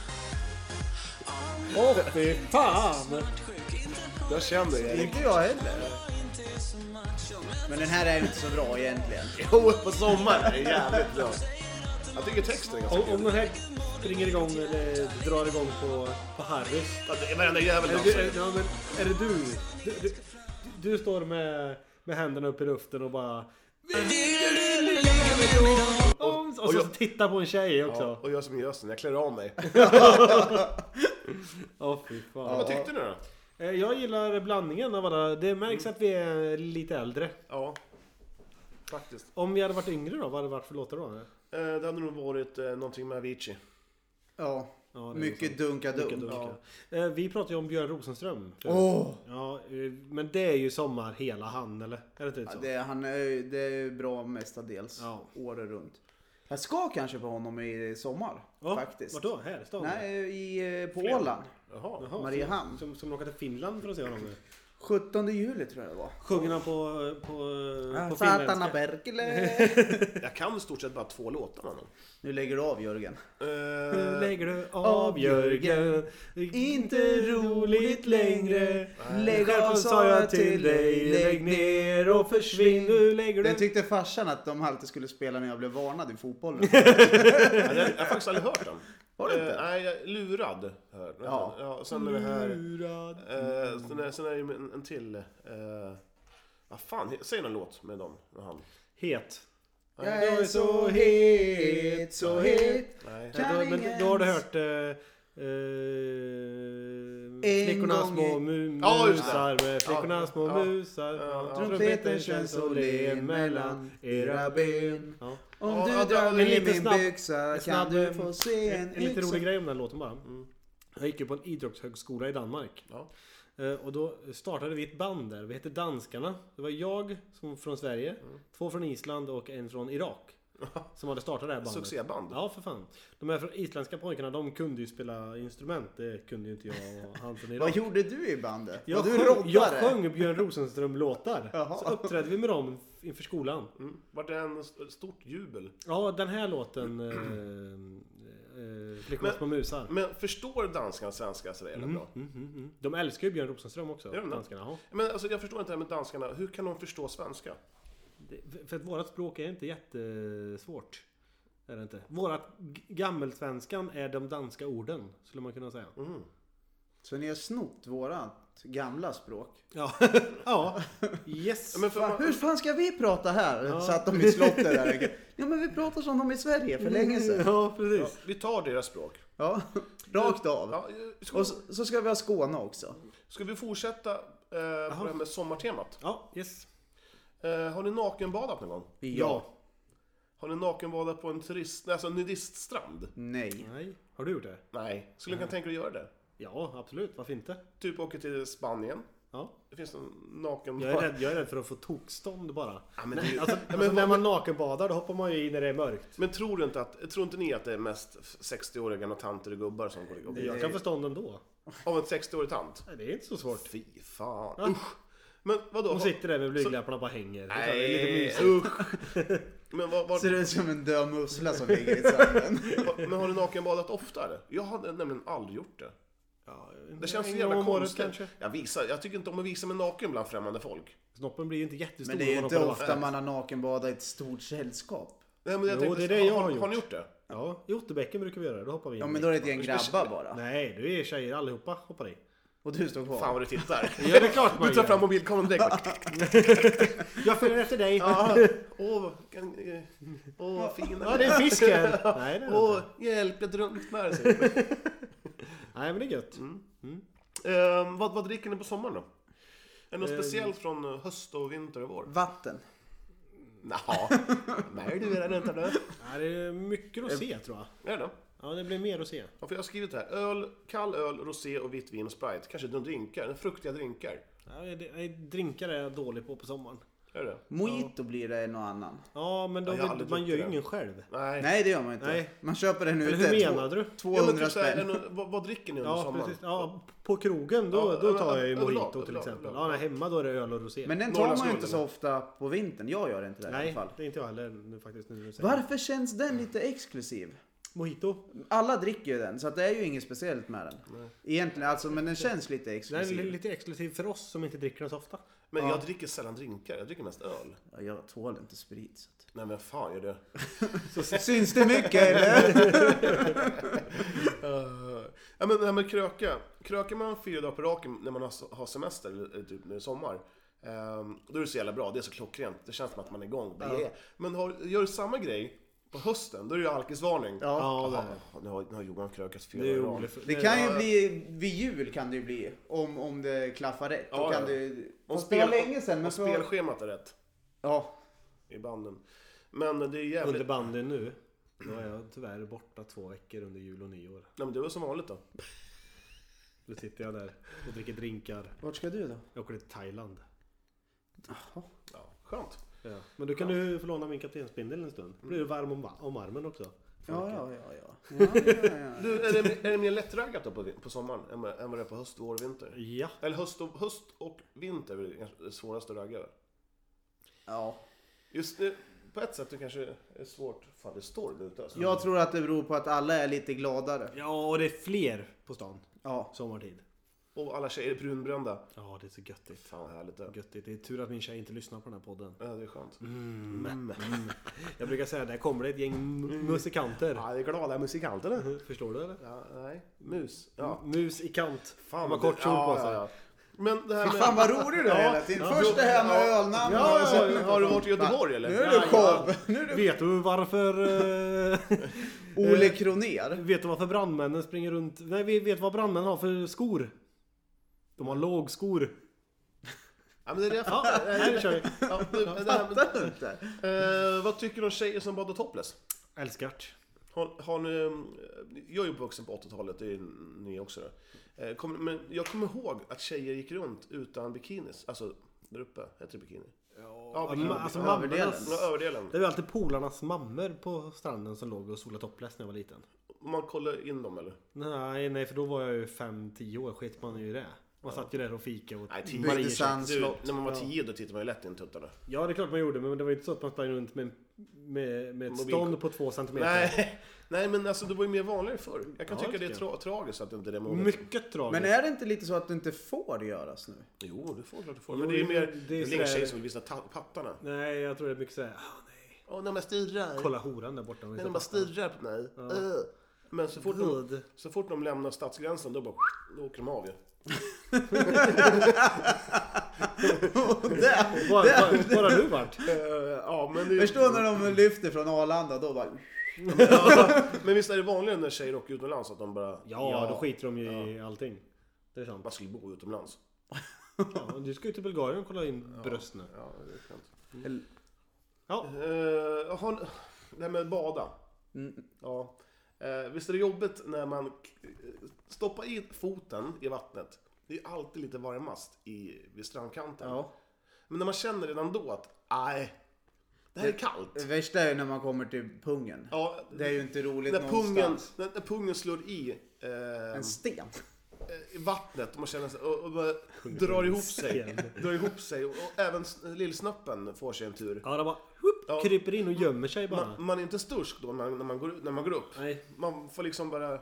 Åh, oh, fy fan!
Jag känner det.
Inte jag heller. Men den här är inte så bra egentligen.
Jo, på sommaren är det jävligt bra. Jag tycker texten är ganska
om, om den här springer igång eller drar igång på, på Harrys.
Ja, det är varenda jävel
är, det, är, ja, men är det du? Du, du, du står med, med händerna upp i luften och bara... Och, och, och så jag, tittar på en tjej också.
Ja, och jag som Jösen, jag klär av mig.
Åh, fy fan.
Ja, vad tyckte du då?
Jag gillar blandningen av alla. Det märks mm. att vi är lite äldre.
Ja, faktiskt. Om
vi hade varit yngre då, vad hade det varit för låtar då?
Det hade nog varit eh, någonting med Avicii.
Ja, ja mycket dunka dunk.
dunka. Ja. Vi pratade ju om Björn Rosenström.
Oh.
Ja, men det är ju sommar hela han, eller? Är det inte
ja,
så?
det, är, han är, det är bra mestadels, ja. Året runt. Jag ska kanske på honom i sommar, ja, faktiskt.
Vart då? Här i stan?
Nej, i, på Åland.
Jaha. Jaha,
Mariehamn.
Som, som, som åkade till Finland för att se honom nu.
sjuttonde juli tror jag det var.
Sjunger han på, på,
ja,
på
Satana Berkele.
Jag kan i stort sett bara två låtar med honom.
Nu lägger du av, Jörgen.
Uh, nu lägger du av, Jörgen. Inte roligt längre. Lägg av, sa jag till dig. Lägg ner och försvinn. Nu lägger du...
Den tyckte farsan att de alltid skulle spela när jag blev varnad i fotbollen.
Jag har faktiskt aldrig hört dem.
Har du inte?
Uh, nej, jag lurad. Hör.
Ja.
Ja, sen är det här...
Lurad.
Uh, sen, är, sen är det en, en till... Uh, vad fan, säg någon låt med dem. Med han.
Het.
Jag är så het, så het.
Nej. Ja, då, men då har du hört... Uh, uh, flickorna små mu-
ja,
musar. Flickorna
ja,
små
ja,
musar.
Ja,
trumpeten känns så len mellan era ben. Ja. Om du
ja,
drar
men
i
lite
min
snabb,
byxa
snabb,
kan du få se en,
en, en lite rolig grej om den låten bara. Mm. Jag gick ju på en idrottshögskola i Danmark.
Ja.
Uh, och då startade vi ett band där. Vi hette Danskarna. Det var jag som från Sverige, mm. två från Island och en från Irak. Som hade startat det här bandet.
Succéband.
Ja, för fan. De här isländska pojkarna, de kunde ju spela instrument. Det kunde ju inte jag och han från Irak.
Vad gjorde du i bandet?
Jag,
du
sjöng, jag sjöng Björn Rosenström-låtar.
Jaha.
Så uppträdde vi med dem inför skolan.
Mm. Var det en stort jubel?
Ja, den här låten... Eh, eh, Flickorna små musar.
Men förstår danskarna svenska så det är mm, bra?
Mm, mm, mm. De älskar ju Björn Rosenström också.
De
danskarna, ja.
Men alltså, jag förstår inte det här med danskarna. Hur kan de förstå svenska?
Det, för att vårat språk är inte jättesvårt. Är det inte? Vårat gammelsvenskan är de danska orden, skulle man kunna säga.
Mm.
Så ni har snott vårat gamla språk?
Ja, ja. Yes.
Men för
fan,
man...
hur fan ska vi prata här?
Ja.
Satt de i slottet där. Ja, men vi pratar som de i Sverige för länge sedan.
Ja, precis.
Ja, vi tar deras språk.
Ja, rakt av.
Ja, ska...
Och så, så ska vi ha Skåne också.
Ska vi fortsätta eh, på det här med sommartemat?
Ja, yes.
Eh, har ni nakenbadat någon gång?
Ja.
Har ni nakenbadat på en turist, alltså en nudiststrand?
Nej.
Nej. Har du gjort det?
Nej. Skulle du kunna tänka dig att göra det?
Ja, absolut. Varför inte?
Typ åker till Spanien.
Ja.
Det finns en naken...
Jag är rädd, jag är rädd för att få tokstånd bara.
Ja, men, det,
Alltså,
men,
alltså när man nakenbadar då hoppar man ju i när det är mörkt.
men tror du inte att, tror inte ni att det är mest sextio-åriga gamla tanter och gubbar som går igång?
Jag kan få stånd ändå.
Av en sextio-årig tant?
Nej, det är inte så svårt.
Fy fan.
Ja.
Usch. Men vadå?
Hon sitter där med blygdläpparna bara hänger. Det är lite
Nej,
mysigt.
usch. Men, vad, vad,
Ser ut som en död mussla som ligger i sanden.
men har du nakenbadat oftare? Jag har nämligen aldrig gjort det.
Ja,
Det känns så
en
jävla
gång om året
konstigt.
kanske.
Jag, visar, jag tycker inte om att visa mig naken bland främmande folk.
Snoppen blir ju inte jättestor.
Men det är ju
om man
inte
hoppar
ofta
vatten.
man har nakenbadat i ett stort sällskap.
Nej, men jag
Jo,
tänkte,
det är det jag har
har,
gjort.
har ni gjort det?
Ja, i Otterbäcken brukar vi göra det. Då hoppar vi in.
Ja, men då är det ett gäng grabbar bara.
Nej, du är tjejer allihopa hoppar i.
Och du står kvar.
Fan vad du tittar.
Ja, det är klart man
Du tar
gör.
fram mobilkameran direkt.
Jag följer efter dig.
Ja, åh, kan, eh, åh, vad fina.
Ja, det är fisken. Nej, det är det
Åh,
inte.
hjälp, jag drunknar. säger du.
Nej, men det är gött.
Eh, vad, vad dricker ni på sommaren då? Är det något
Ehm.
speciellt från eh, höst och vinter och vår?
Vatten.
Jaha, nej du är det inte nu.
Ja, det är mycket att se tror jag.
Är det då?
Ja, det blir mer att se.
Ja, för jag har skrivit här. Öl, kall öl, rosé och vitt vin och Sprite. Kanske de drinkar, de fruktiga drinkar.
Ja, det, det, drinkar är jag dålig på på sommaren.
Är det?
Mojito blir det någon annan.
Ja, men då
Ja, jag har
vill,
aldrig
man
druckit
gör ju
det.
ingen själv.
Nej.
Nej, det gör man inte.
Nej.
Man köper den
Eller
ute.
hur
två-
menar du?
Ja, men
tvåhundra
typ så här,
spänn.
en- vad, vad dricker ni under
Ja,
sommaren?
precis. Ja, på krogen då,
Ja,
då tar jag ju
överlag,
mojito till
överlag,
exempel.
överlag.
Ja, nej, hemma då är det öl och rosé.
Men den tar man ju
Norrlandsguld,
inte så ofta på vintern. Jag gör inte det i
Nej,
alla fall.
det är inte jag heller nu faktiskt. Nu när du säger.
Varför känns den lite exklusiv?
Mojito?
Alla dricker ju den, så att det är ju inget speciellt med den. Egentligen, alltså, men den känns lite
Den är
exklusiv.
lite exklusiv för oss som inte dricker den så ofta.
Men
Ja.
jag dricker sällan drinkar, jag dricker mest öl.
Ja, jag tål inte sprit. Så att...
Nej men fan gör det?
Syns det mycket eller?
Uh, ja men det här med kröka. Krökar man fyra dagar på raken när man har, har semester eller typ när det är sommar. Um, då är det så jävla bra, det är så klockrent. Det känns som att man är igång.
Ja.
Yeah. Men har, gör du samma grej på hösten, då är det ju alkisvarning.
Ja,
Jaha,
det är
nu har, nu har Johan krökat fyra
Det är
dagar i rad.
roligt.
Det kan ju bli, vid jul kan det ju bli, om, om det klaffar rätt. Då
Ja,
kan
ja.
det...
Om
Fast det var
spel-
länge sedan.
Om
Men för...
spelschemat är rätt
Ja.
i banden. Men det är
Under
jävligt...
banden nu. Då är jag tyvärr borta två veckor under jul och nyår.
Nej men det var som vanligt då.
Då sitter jag där och dricker drinkar.
Vart ska du då?
Jag åker till Thailand.
Jaha.
Ja, skönt.
Ja. Men du kan du få låna min kaptensbindel en stund. Då blir du varm om, om armen också.
Ja, ja, ja, ja. ja, ja, ja.
Du, är det, är det mer lättraggat då på, på sommaren än vad än vad det är på höst, vår och vinter?
Ja.
Eller höst och, höst och vinter är väl det svåraste att ragga?
ja.
Just det, på ett sätt det kanske är svårt. Fan, det står det ute alltså.
Jag tror att det beror på att alla är lite gladare.
Ja, och det är fler på stan.
Ja.
Sommartid.
Och alla tjejer är brunbrända.
Ja, det är så göttigt.
Fan vad härligt det är.
Göttigt. Det är tur att min tjej inte lyssnar på den här podden.
Ja, det är skönt.
Mm. Mm. Jag brukar säga, där kommer det ett gäng m- musikanter.
Ja, det är glada musikanterna.
Förstår du eller?
Ja, nej. Mus. Ja.
M- Mus i kant.
Fan
De har kort kjol på sig.
Ja, ja. Men det här med...
Fan vad rolig du är hela tiden. Först det här med ölnamn.
Ja,
och sen-
ja, har du varit i Göteborg eller?
Nu är du show. Nu är du...
Vet du varför... eh,
Ole Kroner.
Vet du varför brandmännen springer runt... Nej, vi vet vad brandmännen har för skor. De har lågskor.
Ja, men det är det jag
Ja,
fattar.
nej, det kör vi.
Ja, det, det här med,
Fattar du inte?
eh, vad tycker du om tjejer som badar topless?
Älskart.
Har, har ni, jag är ju uppvuxen på åttiotalet, det är ni också. Eh, kom, men jag kommer ihåg att tjejer gick runt utan bikinis. Alltså, där uppe, heter det bikini? Ja, bikini.
ma- alltså
Överdelen.
mammornas...
Ja, överdelen.
Det var alltid polarnas mammor på stranden som låg och solade topless när jag var liten.
Man kollar in dem eller?
Nej, nej, för då var jag ju fem tio år, skit man ju i det. Man satt ju där och fika och
Nej, tio.
Byggde
Marie-
sand.
Du,
Slott.
när man var
Ja.
tio då tittade man ju lätt in tuttarna.
Ja, det är klart man gjorde, men det var ju inte så att man sprang runt med, med, med ett
Mobil-
stånd på två centimeter.
Nej, nej, men alltså det var ju mer vanligare förr. Jag kan
Ja,
tycka det är
tycker
tra- tragiskt att inte det är modet.
Mycket tragiskt.
Men är det inte lite så att det inte får göras nu?
Jo, det får klart du får.
Jo,
Men det är ju
jo,
mer,
det
det
är
är ingen
sådär-
tjej som vill visa ta- pattarna.
Nej, jag tror det är mycket såhär, ah, nej.
Åh, när man stirrar.
Kolla horan där borta.
Nej, när man stirrar på mig.
Ja.
Äh. Men så fort, de,
Good.
så fort de lämnar stadsgränsen, då bara, då åker de av ju.
Det,
Var, var, var har du varit?
Uh, ja, men, det,
förstå när de lyfter från Arlanda, då bara...
ja, men visst är det vanligare när tjejer åker utomlands att de bara,
Ja,
Ja.
då skiter de ju i allting. Det är sant.
man skulle bo utomlands.
Ja, du ska ju till Bulgarien och kolla in bröst nu.
Ja, det är skönt.
Ja,
Uh, har, det här med bada.
Mm.
Ja. Eh, visst är det jobbigt när man k- stoppar i foten i vattnet. Det är alltid lite varmast i, vid strandkanten.
Ja.
Men när man känner redan då att, nej, det här är kallt.
Det värsta är ju när man kommer till pungen.
Ja,
Det är ju inte roligt
när
någonstans.
pungen, när, när pungen slår i eh,
En sten.
i vattnet och man känner sig, och, och bara drar ihop sig. drar ihop sig och, och även s- lillsnoppen får sig en tur.
Ja, de bara hup,
Ja.
kryper in och gömmer sig bara.
Man, man är inte stursk då när, när, man går, när man går upp.
Nej.
Man får liksom bara...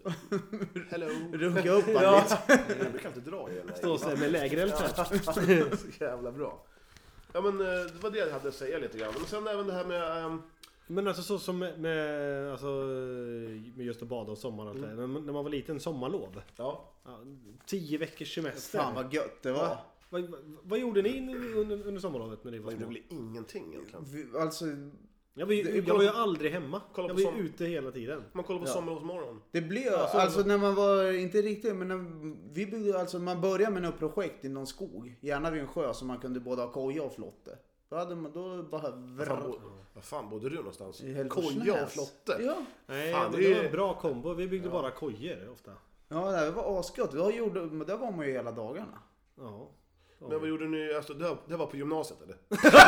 Hello.
Runka upp han
Ja.
lite.
Jag brukar alltid dra i den här.
Stå sig med lägereld
Ja, så jävla bra. Ja men eh, det var det jag hade att säga lite grann. Men sen även det här med... ehm,
Men alltså så som med, med, alltså, med just att bada och sommar och allt det där. Men när man var liten, sommarlov.
Ja.
Ja, tio veckors semester.
Fan vad gött det var.
Vad, vad, vad gjorde ni under, under sommarlovet när ni var
Man gjorde
små?
väl ingenting egentligen.
Vi- Alltså,
Jag var ju,
Det är-
jag var ju aldrig hemma.
Kolla
Jag
på
var ju
som-
ute hela tiden.
Man kollar på
Ja.
Sommarlovsmorgon.
det blev
Ja, så-
alltså när man var, inte riktigt, men när, vi byggde alltså, man började med något projekt i någon skog. Gärna vid en sjö så man kunde både ha koja och flotte. Då hade man, då bara
Vad fan, bo, vad fan bodde du någonstans?
I Hällefors
Koja och
Näs.
flotte?
Ja.
Nej,
Fan,
men
det
det
är-
var en bra kombo. Vi byggde bara kojor ofta.
Ja, det var asgött. Då gjorde, men där var man ju hela dagarna.
Ja.
Men vad gjorde ni? Alltså, det, det var på gymnasiet eller?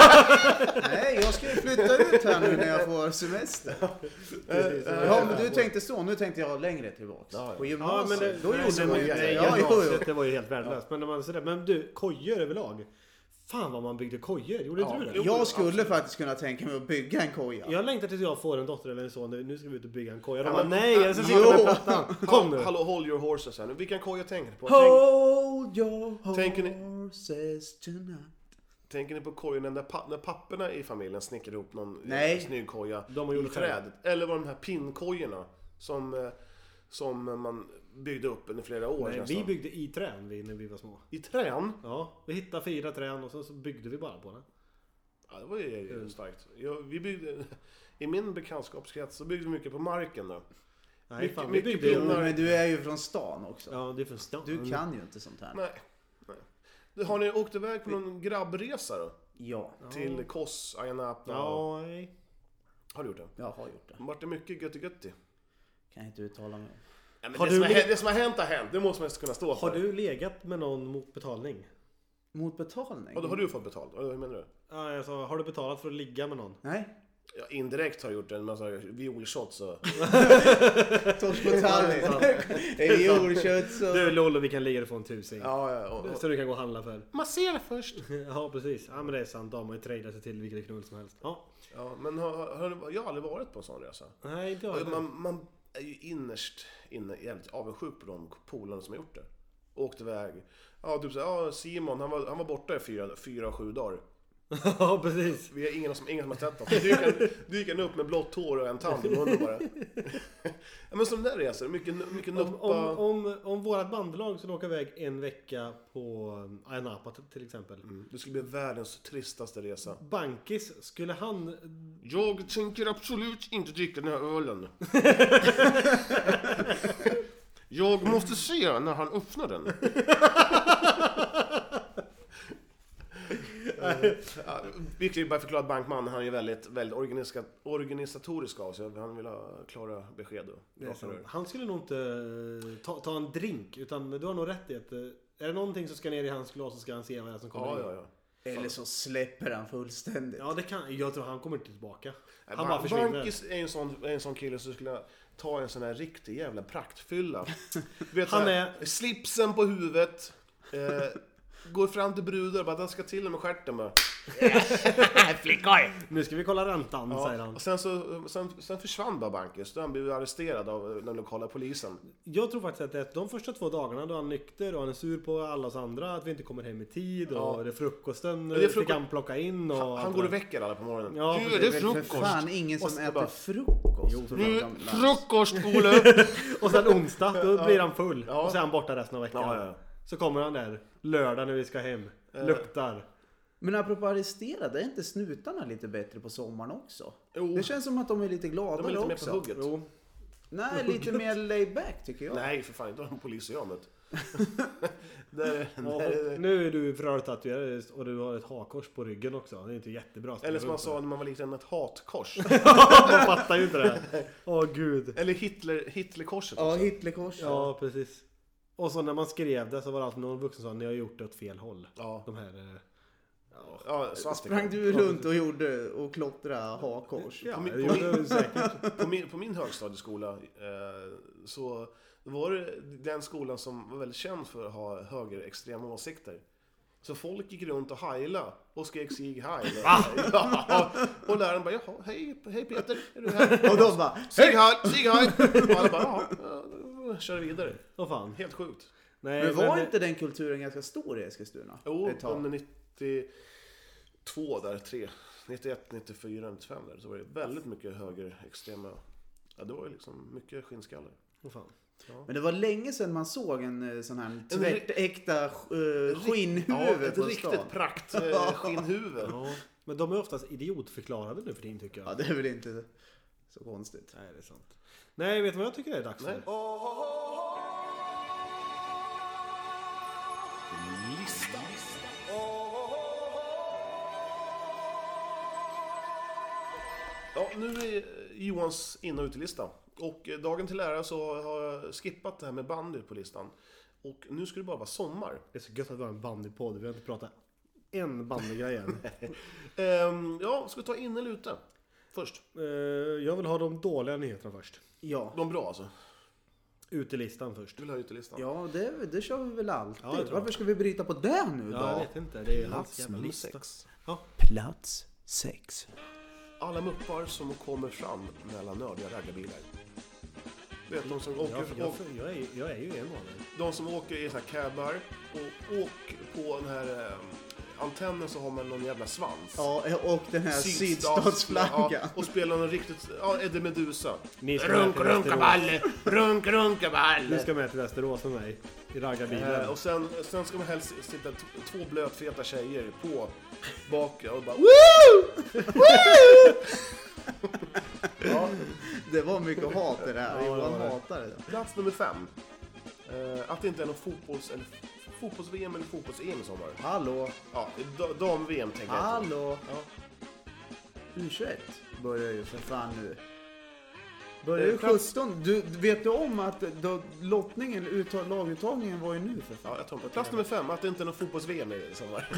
Nej, jag ska ju flytta ut här nu när jag får semester. Ja, men du tänkte så. Nu tänkte jag längre tillbaks.
Ja, ja.
På
Ja,
gymnasiet.
men det,
då
nej,
gjorde
det
man
var
ju
ju
det.
ja,
Ja, jo,
gymnasiet,
jo.
det var ju helt värdelöst. Men, när man, sådär, men du, kojor överlag. Fan vad man byggde kojor. Gjorde
Ja,
inte du det?
jo.
Jag skulle faktiskt kunna tänka mig att bygga en koja.
Jag längtar tills jag får en dotter eller en son. Nu ska vi ut och bygga en koja. De
Ja,
bara,
men-
nej, jag ska sitta
Jo.
med plattan. Kom nu.
Hallå, hold your horses här nu. Vilken koja tänker ni på? Tänk,
Hold your
Tänker ni-
horses tonight.
tänker ni på kojan när, pa, när papporna i familjen snickar ihop någon
Nej.
snygg koja
De har
i
gjort det själv.
trädet? Eller var de här pinnkojorna som, eh, som man byggde upp under flera år
Nej,
nästan?
vi byggde i trän vi, när vi var små.
I trän?
Ja, vi hittade fyra trän och så, så byggde vi bara på det.
Ja, det var ju starkt. Jag, vi byggde, I min bekantskapskrets så byggde vi mycket på marken då.
Nej,
Mycket-
fan, vi
mycket
byggde
Jo,
pinnar.
men du är ju från stan också.
Ja, det är från stan.
Du kan ju inte sånt här.
Nej. Nej. Du, har ni åkt iväg på någon grabbresa då?
Ja,
Till Kos, Ayia Napa?
Ja, nej.
Har du gjort det?
jag har gjort det.
Vart det mycket götti-götti?
Kan jag inte uttala mig om.
Ja, men
Har
det,
du
som har,
le-
hänt- det som har hänt har hänt, det måste man kunna stå för.
Har du legat med någon mot betalning?
Mot betalning?
Ja, då har du fått betalt? Eller hur menar du?
Ja, alltså, har du betalat för att ligga med någon?
Nej.
Ja, indirekt har jag gjort en massa violshot så...
Torsk på Tallinn. Julkött så...
Du Lollo, vi kan ligga och få en tusing.
Ja, ja. Och, och.
Så du kan gå och handla för.
Massera först!
Ja, precis. Ja, men det är sant. De har ju tradat sig till vilket knull som helst. Ja.
Ja, men har, har, har, jag har aldrig varit på en sån resa.
Nej, inte jag
Och
heller.
man, man är ju innerst inne jävligt avundsjuk på de polarna som har gjort det. Åkte iväg. Ja, typ så, ja, Simon, han var, han var borta i fyra, fyra, sju dagar.
Ja, precis.
Vi har ingen som, ingen som har sett honom. Dyker, dyker han upp med blått hår och en tand i munnen bara. Ja, men som där resor, mycket, mycket
Om,
nuppa.
om, om, om vårat bandlag skulle åka iväg en vecka på Ayia Napa t- till exempel.
Mm, det skulle bli världens tristaste resa.
Bankis, skulle han...
Jag tänker absolut inte dricka den här ölen. Jag måste se när han öppnar den. Ja, vi kan ju bara förklara att bankmannen, han är väldigt, väldigt organiska, organisatorisk av sig. Han vill ha klara besked. Och
Det är sant. Han skulle nog inte eh, ta, ta en drink, utan du har nog rätt i att eh, är det någonting som ska ner i hans glas så ska han se vad det är som kommer
Ja,
in.
ja, ja.
Eller så släpper han fullständigt.
Ja, det kan, jag tror han kommer inte tillbaka. Han
Ban-
bara försvinner.
Bankis är en sån, en sån kille som skulle ta en sån här riktig jävla praktfylla. Du vet,
Han
han
är-
är... Slipsen på huvudet. Eh, går fram till brudar och bara, den ska till med stjärten bara.
Nu ska vi kolla räntan, säger
Ja,
han.
och sen, så, sen, sen försvann bara Bankis. Då han blev arresterad av den lokala polisen.
Jag tror faktiskt att det är de första två dagarna då han är nykter och han är sur på alla oss andra att vi inte kommer hem i tid och
Ja.
det är frukosten
det är fruko-
fick han plocka in och
Han,
allt
han
det
går och
där.
väcker alla på morgonen.
Ja,
du,
för
det är
väl för
frukost.
fan ingen som
Måste
äter
bara-
frukost.
Jo, för
Nu,
fan.
frukost, Ole!
Och sen onsdag, då blir han full.
Ja.
Och så är han borta resten av veckan.
Ja, ja.
Så kommer han där lördag när vi ska hem. Luktar.
Men apropå arresterade, är inte snutarna lite bättre på sommaren också?
Jo.
Det känns som att de är lite gladare
De är lite mer
också.
på hugget.
Jo.
Nej, lite mer laid back tycker jag.
Nej, för fan, inte har en polis och jag mött. där,
Ja,
där,
nu är du fröltatuerad och du har ett hakors på ryggen också. Det är inte jättebra.
eller som man sa när man var liten, ett hatkors.
Man fattar ju inte det. Åh gud.
Eller Hitler, Hitlerkorset
Ja,
också.
Hitlerkors.
Ja, precis. Och så när man skrev det så var det alltid någon vuxen som sa ni har gjort det åt fel håll.
Ja.
De här... eh, Ja,
Ja, svastika.
Sprang du runt och gjorde och klottrade hakkors?
ja
På
det
min-
gjorde jag säkert.
På min, på min högstadieskola eh, så var det den skolan som var väldigt känd för att ha högerextrema åsikter. Så folk gick runt och hajla och skrek Sieg Heil. Ja, och läraren bara, jaha, hej, hej Peter, är du här?
Och de bara,
Sieg Heil, Sieg Heil! Och alla bara, jaha, ja, kör vidare.
Åh fan.
Helt sjukt.
Nej,
men var
men-
inte den kulturen ganska stor i Eskilstuna?
Jo,
Ett tag.
under nittiotvå där, tre, nittioett, nittiofyra, nittiofem där, så var det väldigt mycket högerextrema. Ja, det var ju liksom mycket skinnskallar.
Åh fan.
Men det var länge sedan man såg en eh, sån här
ri-
tvättäkta uh, skinnhuvud
Ja, ett
på
riktigt
stan.
prakt eh, skinnhuvud.
Ja, men de är oftast idiotförklarade nu för tiden tycker jag.
Ja, det är väl inte så konstigt.
Nej, det är sant. Nej, vet du vad jag tycker det är dags för?
Nej. Lista. Ja, nu är Johans in- och utelista. Och eh, dagen till ära så har jag skippat det här med bandy på listan. Och nu ska det bara vara sommar.
Det är så gött att vi har en bandypodd. Vi har inte pratat en bandygrej än.
Ehm, ja, ska vi ta in eller ute? Först.
Eh, jag vill ha de dåliga nyheterna först.
Ja,
De bra alltså.
Utelistan först.
Du vill ha utelistan?
ja det, det kör vi väl alltid.
Ja, jag tror
Varför
det.
ska vi bryta på det nu då?
Ja, jag vet inte. Det är ju hans
Plats
jävla
nummer
lista.
sex.
Plats sex.
Alla muppar som kommer fram mellan nördiga raggarbilar. Vet de som åker,
Jag, jag,
åk,
jag, är, jag är ju en av dem.
de som åker i så här cabbar och åk på den här eh, antennen så har man någon jävla svans.
Ja, och den här
Sydstats-
sydstatsflaggan.
Ja, och spelar någon riktigt, ja, Eddie Medusa.
Ni ska
Runk,
med till
runka
Västerås.
balle, runk, runka
Du
balle.
ska med till Västerås med mig. I raggarbilen.
Eh, och sen, sen ska man helst sitta t- två blötfeta tjejer på bak och bara
Ja, det var mycket hat i det här.
Ja, det
Johan
var det.
hatar det.
plats nummer fem. Eh, att det inte är någon fotbolls eller fotbolls-V M eller fotbolls-E M i sommar.
Hallå,
Ja, da- dam-V M tänker jag.
hallå.
Ja.
U tjugoett börjar ju för fan nu. Börjar ju
Eh, plats-
sjutton. Du, vet du om att då, lottningen, uttag, laguttagningen var ju nu för fan?
Ja, jag tar på plats nummer fem, att det inte är någon fotbolls-V M i sommar.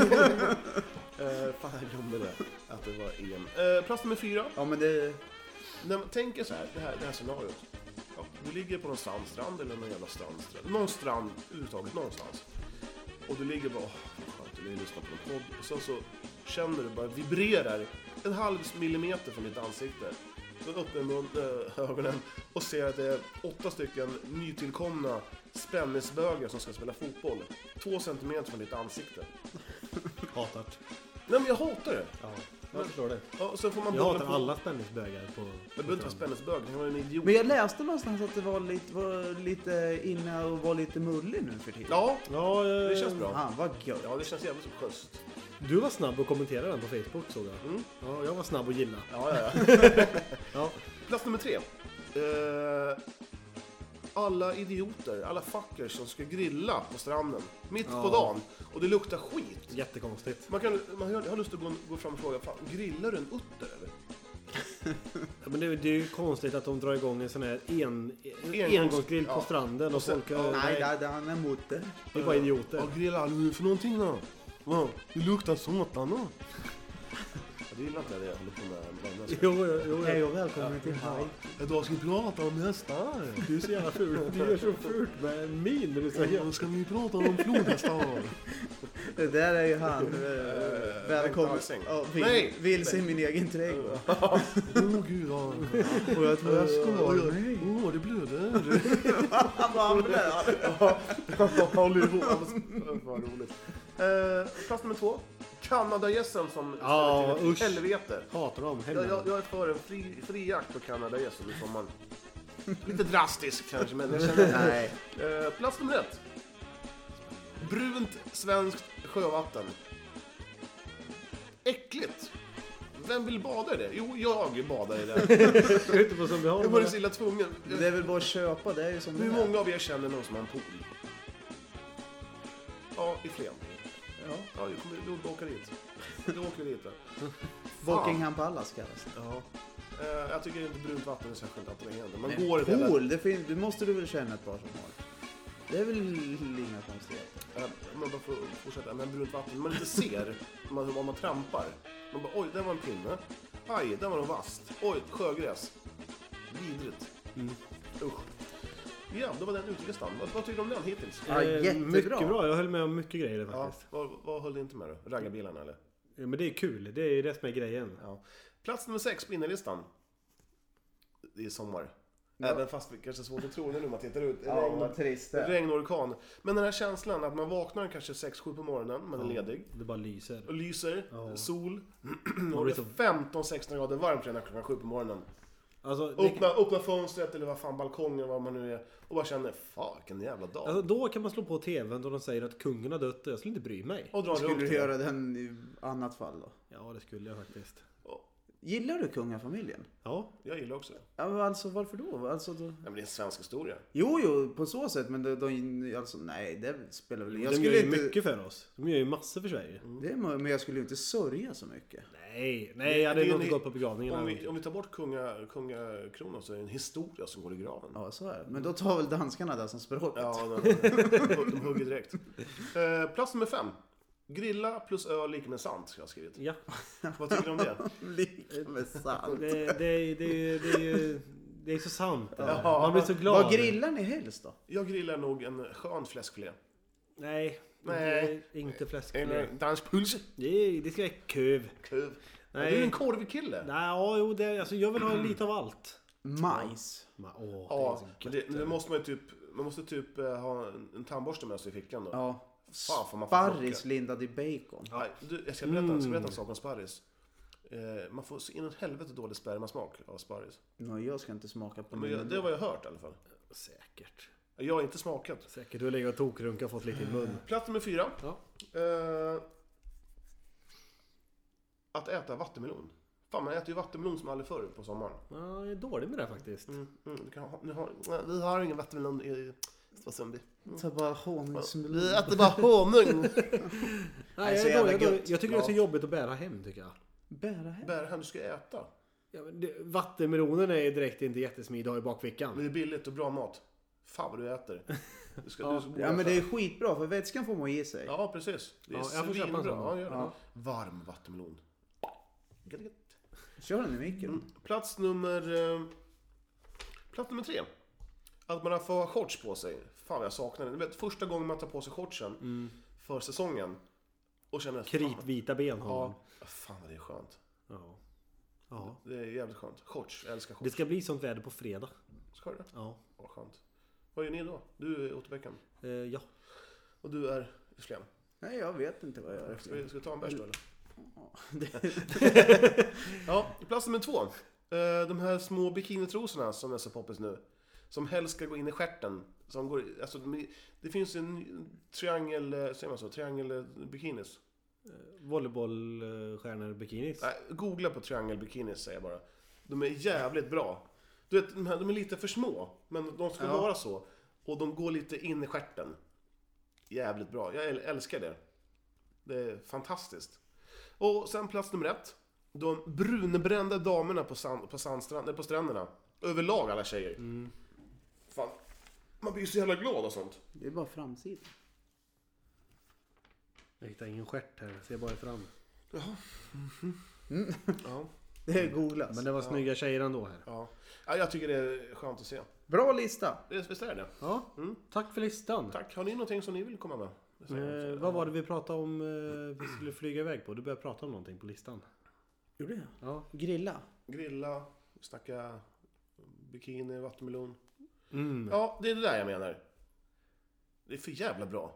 eh, fan, jag glömde det. Att det var E M. Eh, plats nummer fyra.
Ja, men det...
När man tänker så här, det här, det här scenariot. Ja, du ligger på någon sandstrand eller någon jävla strandstrand. Någon strand överhuvudtaget någonstans. Och du ligger bara, åh, vad skönt, du lyssnar på en podd. Och sen så känner du bara vibrerar en halv millimeter från ditt ansikte. Så öppnar mun, äh, ögonen och ser att det är åtta stycken nytillkomna spännisbögar som ska spela fotboll. Två centimeter från ditt ansikte.
Hatat.
Nej, men jag hatar det.
Ja, jag förstår det.
Ja, och så får man
Jag
bollen
hatar alla spänningsbögar på...
Det behöver inte vara spännisbög, det kan vara en idiot.
Men jag läste någonstans att det var lite, var lite inne och var lite mullig nu för tiden.
Ja,
Ja, eh,
det känns bra.
Fan vad gött.
Ja, det känns jävligt så schysst.
Du var snabb att kommentera den på Facebook såg jag.
Mm.
Ja, jag var snabb att gilla.
Ja, ja, ja.
Ja.
Plats nummer tre. Eh, alla idioter, alla fuckers som ska grilla på stranden mitt
Ja.
på dagen och det luktar skit.
Jättekonstigt.
Man, kan, man har, har lust att gå, gå fram och fråga, fan, grillar du en utter eller?
Ja, men det, det är ju konstigt att de drar igång en sån här en,
Engångs-
engångsgrill på
ja.
stranden och,
Och sen-
folk...
ja,
eh,
Nej, det, det han är emot det.
det är bara idioter.
Vad grillar du för någonting då? Ja, det luktar sådant då. Ja, det gillar inte jag det jag håller på med. med
Jo, jo, jo.
Hej och välkommen till Haj.
Idag ska vi prata om hästar.
Du är så jävla ful. Du är så fult med en min när du säger...
Då ska vi prata om flodhästar.
Det där är ju han. Äh, välkommen.
Alsing.
Ja, vil,
Nej!
vilse i min egen trädgård.
Åh oh, gud, ja.
Och jag tror jag skar mig.
Åh, oh, det blöder.
Han var blöd.
Håll ihop. Vad roligt. Eh, plats nummer två. Kanadagässen som
Ja,
ställer till ett
usch.
helvete.
Hatar dem.
Jag, jag, jag är för en fri, fri jakt på kanadagässen i sommar. Lite drastiskt kanske, men jag känner...
Nej.
Eh, plats nummer ett. Brunt svenskt sjövatten. Äckligt. Vem vill bada i det? Jo, jag badar i det.
Ute på som vi har.
Jag var så illa tvungen.
Det är väl bara att köpa, det är ju som
Hur
det är.
många av er känner någon som har en pool? i Flen.
Ja.
Ja, du kommer du åka dit. Du åker dit då.
Buckingham Palace kallas det.
Ja. Eh, jag tycker inte brunt vatten är särskilt attraherande. Man
Men
går i det
pool, det fin- du måste du väl känna ett par som har. Det är väl inga konstigheter.
där. Eh, man bara får fortsätta. Men brunt vatten, man inte ser man, vad man trampar. Man bara, oj, där var en pinne. Aj, där var en vast. Oj, sjögräs. Vidrigt.
Mm.
Usch. Ja, då var den utelistan. Vad, vad tycker du om den hittills?
Ja,
Eh,
jättebra.
Mycket bra, jag höll med om mycket grejer
Ja,
faktiskt.
vad, vad höll du inte med då? Raggarbilarna eller?
Ja, men det är kul, det är det som är grejen.
Ja. Plats nummer sex på innerlistan. Det är sommar. Även fast det kanske är svårt att tro nu när man tittar ut.
Ja,
regn,
vad trist det är.
regn och orkan. Men den här känslan att man vaknar kanske sex sju på morgonen, man är ledig.
Det bara lyser.
Och lyser,
Ja.
sol.
det
Och
blir
det
så-
är femton sexton grader varmt redan klockan sju på morgonen.
Alltså, det,
Öppna, öppna fönstret eller vad fan, balkongen, vad man nu är. Och bara känner, fan vilken jävla dag.
alltså, då kan man slå på tvn då de säger att kungen har dött och jag skulle inte bry mig.
och dra
Skulle
runt
du
det.
göra den i annat fall då?
Ja, det skulle jag faktiskt.
Gillar du kungafamiljen?
Ja,
Jag gillar också det.
Ja, men alltså varför då? Alltså, då...
Ja, men det är en svensk historia.
Jo, jo, på så sätt, men de, de, alltså, nej, det spelar väl... Jag
de
skulle
gör ju
inte...
mycket för oss. De gör ju massor för Sverige.
Det är, men jag skulle ju inte sörja så mycket.
Nej, nej, jag hade
Det är
nog
en-
inte gått på begravningen.
Om
eller
vi, om vi tar bort kunga, kungakronan så är det en historia som går i graven.
Ja, så är det. Men då tar väl danskarna det som språket.
Ja, de, de, de hugger direkt. Eh, plats nummer fem. Grilla plus öl lika med sant, ska jag ha skrivit.
Ja,
Vad tycker du om det?
Lika med sant.
det, det, det, det, det är ju... Det är så sant.
Ja.
Man blir så glad.
Vad grillar ni helst då?
Jag grillar nog en skön fläskfilé.
Nej,
Nej.
Inte, inte fläskfilé.
Eller danspulse.
Det, det ska vara köv.
Köv.
Nej.
Ja, du är en korvkille.
Nej, ja, jo, det, alltså, jag vill ha lite av allt.
Majs.
Ma, åh, det är
Ja,
så
men
gött.
det, men det måste man ju typ, man måste typ eh, ha en, en tandborste med sig i fickan då.
Ja.
Fan, får man få
Sparris
plocka.
lindad i bacon.
Nej, du, jag ska berätta, jag ska berätta en sak om sparris. Eh, man får så inåt helvete dålig spermasmak av sparris.
Nej, jag ska inte smaka på
Men
min.
jag, det har jag hört i alla fall.
Säkert.
Jag har inte smakat.
Säkert. Du har legat och tokrunkat och fått lite i mun.
Plats nummer fyra.
Ja.
Eh, att äta vattenmelon. Fan, man äter ju vattenmelon som aldrig förr på sommaren.
Ja, jag är dålig med det faktiskt.
Mm, mm, du kan ha, ni har, nej, vi har ingen vattenmelon i Sundby.
Ta bara honungsmelon.
Vi äter bara honung.
Nej,
så
jag, är
jävla
dålig, jag,
gött.
jag tycker det är så jobbigt att bära hem, tycker jag.
Bära hem.
Bär hem, du ska äta.
Ja, men det, vattenmelonen är direkt inte jättesmidig att ha i
Men
bakfickan.
det är billigt och bra mat. Fan vad du äter. Du ska,
Ja.
du ska
Ja, men det är skitbra för vätskan får man i sig.
Ja, precis. Det är
Ja, jag får köpa en
svinbra.
sån.
Ja, gör det.
Ja.
Varm vattenmelon. Gött, gött.
Kör den i micken.
Mm. Plats nummer... Eh, plats nummer tre. Att man har fått shorts på sig. Fan vad jag saknar det. Du vet, första gången man tar på sig shortsen för säsongen. Och känner... fan,
Kritvita ben har man.
Ja, fan vad det är skönt.
Ja. Ja.
Det är jävligt skönt. Shorts, jag älskar
Det
shorts.
ska bli sånt väder på fredag.
Ska du det?
Ja.
Vad skönt. Vad gör ni då? Du är i Otterbäcken.
Eh, ja.
Och du är i Flen.
Nej, jag vet inte vad jag gör.
Ska vi, ska vi ta en bärs då eller?
Det-
Ja, plats nummer två. Eh, De här små bikinitrosorna som är så poppis nu. Som helst ska gå in i stjärten. Som går, alltså, de- det finns en triangel, eh, säger man så? Triangel eh, bikinis.
Volleybollstjärnor bikinis.
Nej, googla på triangel bikinis säger jag bara. De är jävligt bra. Du vet, de, här, de är lite för små. Men de ska
Ja.
vara så. Och de går lite in i stjärten. Jävligt bra. Jag äl- älskar det. Det är fantastiskt. Och sen plats nummer ett. De brunbrända damerna på, sand, på, sandstrand, eller på stränderna. Överlag alla tjejer. Fan. Man blir ju så jävla glad och sånt.
Det är bara framsidan.
Jag hittar ingen stjärt här. Jag ser bara fram.
Ja.
Det är googlas.
Men det var snygga tjejer ändå här.
Ja. Ja, jag tycker det är skönt att se.
Bra lista.
Det är, visst är det?
Ja.
Mm.
Tack för listan.
Tack. Har ni någonting som ni vill komma med? Det säger jag
Eh,
också.
vad var det vi pratade om eh, vi skulle flyga iväg på? Du började prata om någonting på listan.
Gjorde jag?
Ja.
Grilla.
Grilla, snacka bikini, vattenmelon.
Mm.
Ja, det är det där jag menar. Det är för jävla bra.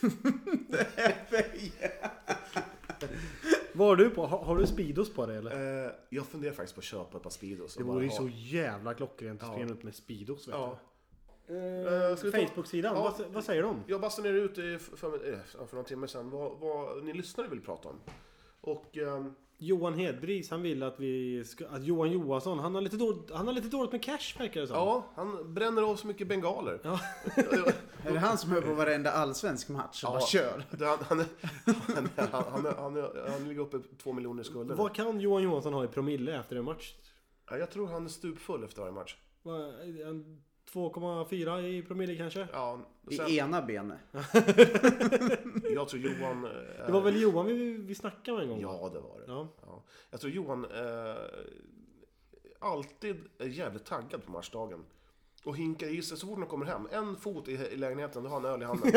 Vad har du på? Har, har du Speedos på dig eller?
Eh, jag funderar faktiskt på att köpa ett par Speedos. och
Det
bara
vore ju
ha-
så jävla klockrent att
Ja.
springa ut med Speedos, vet
Ja.
du.
Eh, ska vi ta-
Facebook-sidan,
Ja.
vad, vad säger de?
Jag basunerade ut i- för, för, eh, för några timmar sedan vad, vad ni lyssnare vill prata om. Och eh,
Johan Hedbris, han vill att vi ska, att Johan Johansson, han har lite dåligt, han har lite dåligt med cash verkar det som.
Ja, han bränner av så mycket bengaler.
Ja.
Är det han som är på varenda allsvensk match och
Ja.
bara kör?
Det- Han, han, han, han, han, han, han, han ligger uppe på två miljoner skulder.
Vad kan Johan Johansson ha i promille efter en match?
Ja, jag tror han är stupfull efter varje match.
Vad, en två komma fyra i promille kanske?
Ja, sen,
I ena benet.
jag tror Johan... eh,
Det var väl Johan vi, vi snackade med en gång?
Ja, det var det.
Ja.
Ja. Jag tror Johan eh, alltid är jävligt taggad på matchdagen. Och hinkar i sig så fort han kommer hem. En fot i, i lägenheten, då har han öl i handen.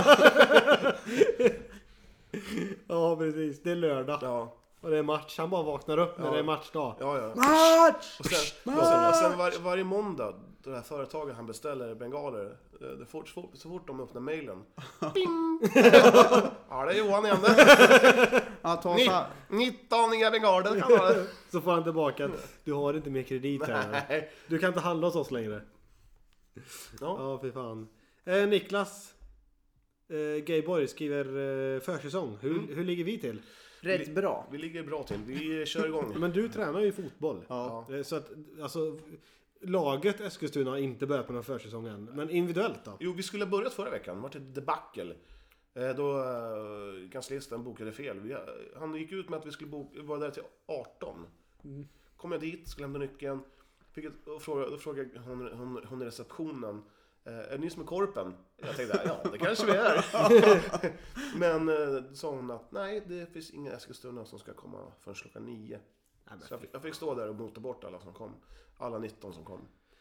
Ja, precis. Det är lördag.
Ja,
Och det är match. Han bara vaknar upp när
Ja.
det är matchdag.
ja, ja.
Match!
Och sen, och sen, och sen var, varje måndag, det här företaget han beställer bengaler, eh, det fort, så, fort, så fort de öppnar mailen. Bing! Ja, det är Johan igen.
Ja, ta
Ni,
fan.
nitton nya bengaler kan ha det.
Så får han tillbaka att du har inte mer kredit här.
Nej.
Du kan inte handla hos oss längre.
Ja.
Ja, fy fan. Eh, Niklas eh, Gayborg skriver eh, försäsong. Hur,
Mm.
hur ligger vi till?
Rätt bra.
Vi ligger bra till, vi kör igång.
Men du tränar ju fotboll.
Ja.
Eh, Så att, alltså, laget Eskilstuna har inte börjat på någon försäsong än. Men individuellt då?
Jo, vi skulle ha börjat förra veckan, det var ett debacle. Eh, Då eh, kanslisten bokade fel. Vi, han gick ut med att vi skulle boka, vara där till arton. Kom jag dit, skulle lämna nyckeln. Fick ett, och fråga, då frågade hon, hon, hon i receptionen: eh, är det ni som är korpen? Jag tänkte, ja det kanske vi är. Men eh, sa hon att nej, det finns inga Eskilstuna som ska komma förrän klockan nio. Så jag fick, jag fick stå där och mota bort alla som kom. Alla nitton som kom.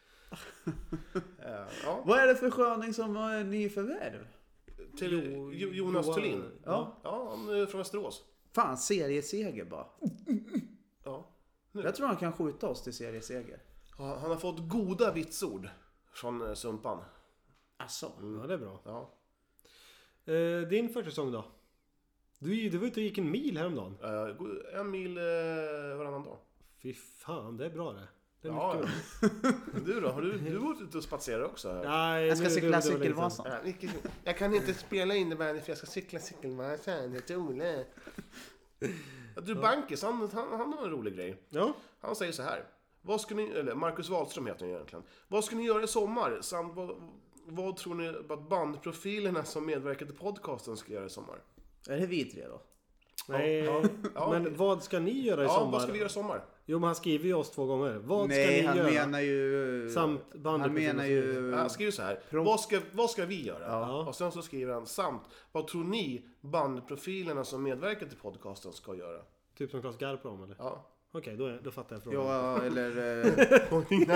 Eh, ja.
Vad är det för sköning som är nyförvärv?
Till
Jo-
jo, Jonas
Johan-
Thulin.
Ja.
Ja, han är från Västerås.
Fan, serieseger bara.
Ja.
Jag tror han kan skjuta oss till serieseger.
Ja, han har fått goda vitsord från eh, Sumpan.
Alltså.
Ja, det är bra.
Ja.
Eh, din försäsong då? Du, du var ute och gick en mil häromdagen.
Eh, gå- en mil eh, varannan dag.
Fy fan, det är bra det. Det är
Ja,
mycket.
du då? Har du, du varit ute och spatserat också? Här?
Nej,
Jag ska
nu-
cykla
det- det var länge
cykelvasan.
sedan.
Ja, vilket- jag kan inte spela innebandy för jag ska cykla cykelvasan. Det är Ole. Du, Bankis, han, han, han har en rolig grej.
Ja.
Han säger så här: vad ska ni, eller Marcus Wahlström heter han egentligen. Vad ska ni göra i sommar? Samt vad, vad tror ni att bandprofilerna som medverkar till podcasten ska göra i sommar?
Är det vi tre då?
Nej,
Ja, ja.
men vad ska ni göra i
Ja,
sommar?
vad ska vi göra i sommar?
Jo, men han skriver ju oss två gånger. Vad
Nej,
ska ni
han
göra?
menar ju...
Samt
Han
bandyprofiler
menar
och så vidare.
ju...
Han skriver så här:
Prom-
vad ska, vad ska vi göra?
Ja.
Och sen så skriver han: samt vad tror ni bandprofilerna som medverkar till podcasten ska göra?
Typ som Claes Garp om, eller?
Ja.
Okej, då, är- då fattar jag frågan.
Ja, eller... eh,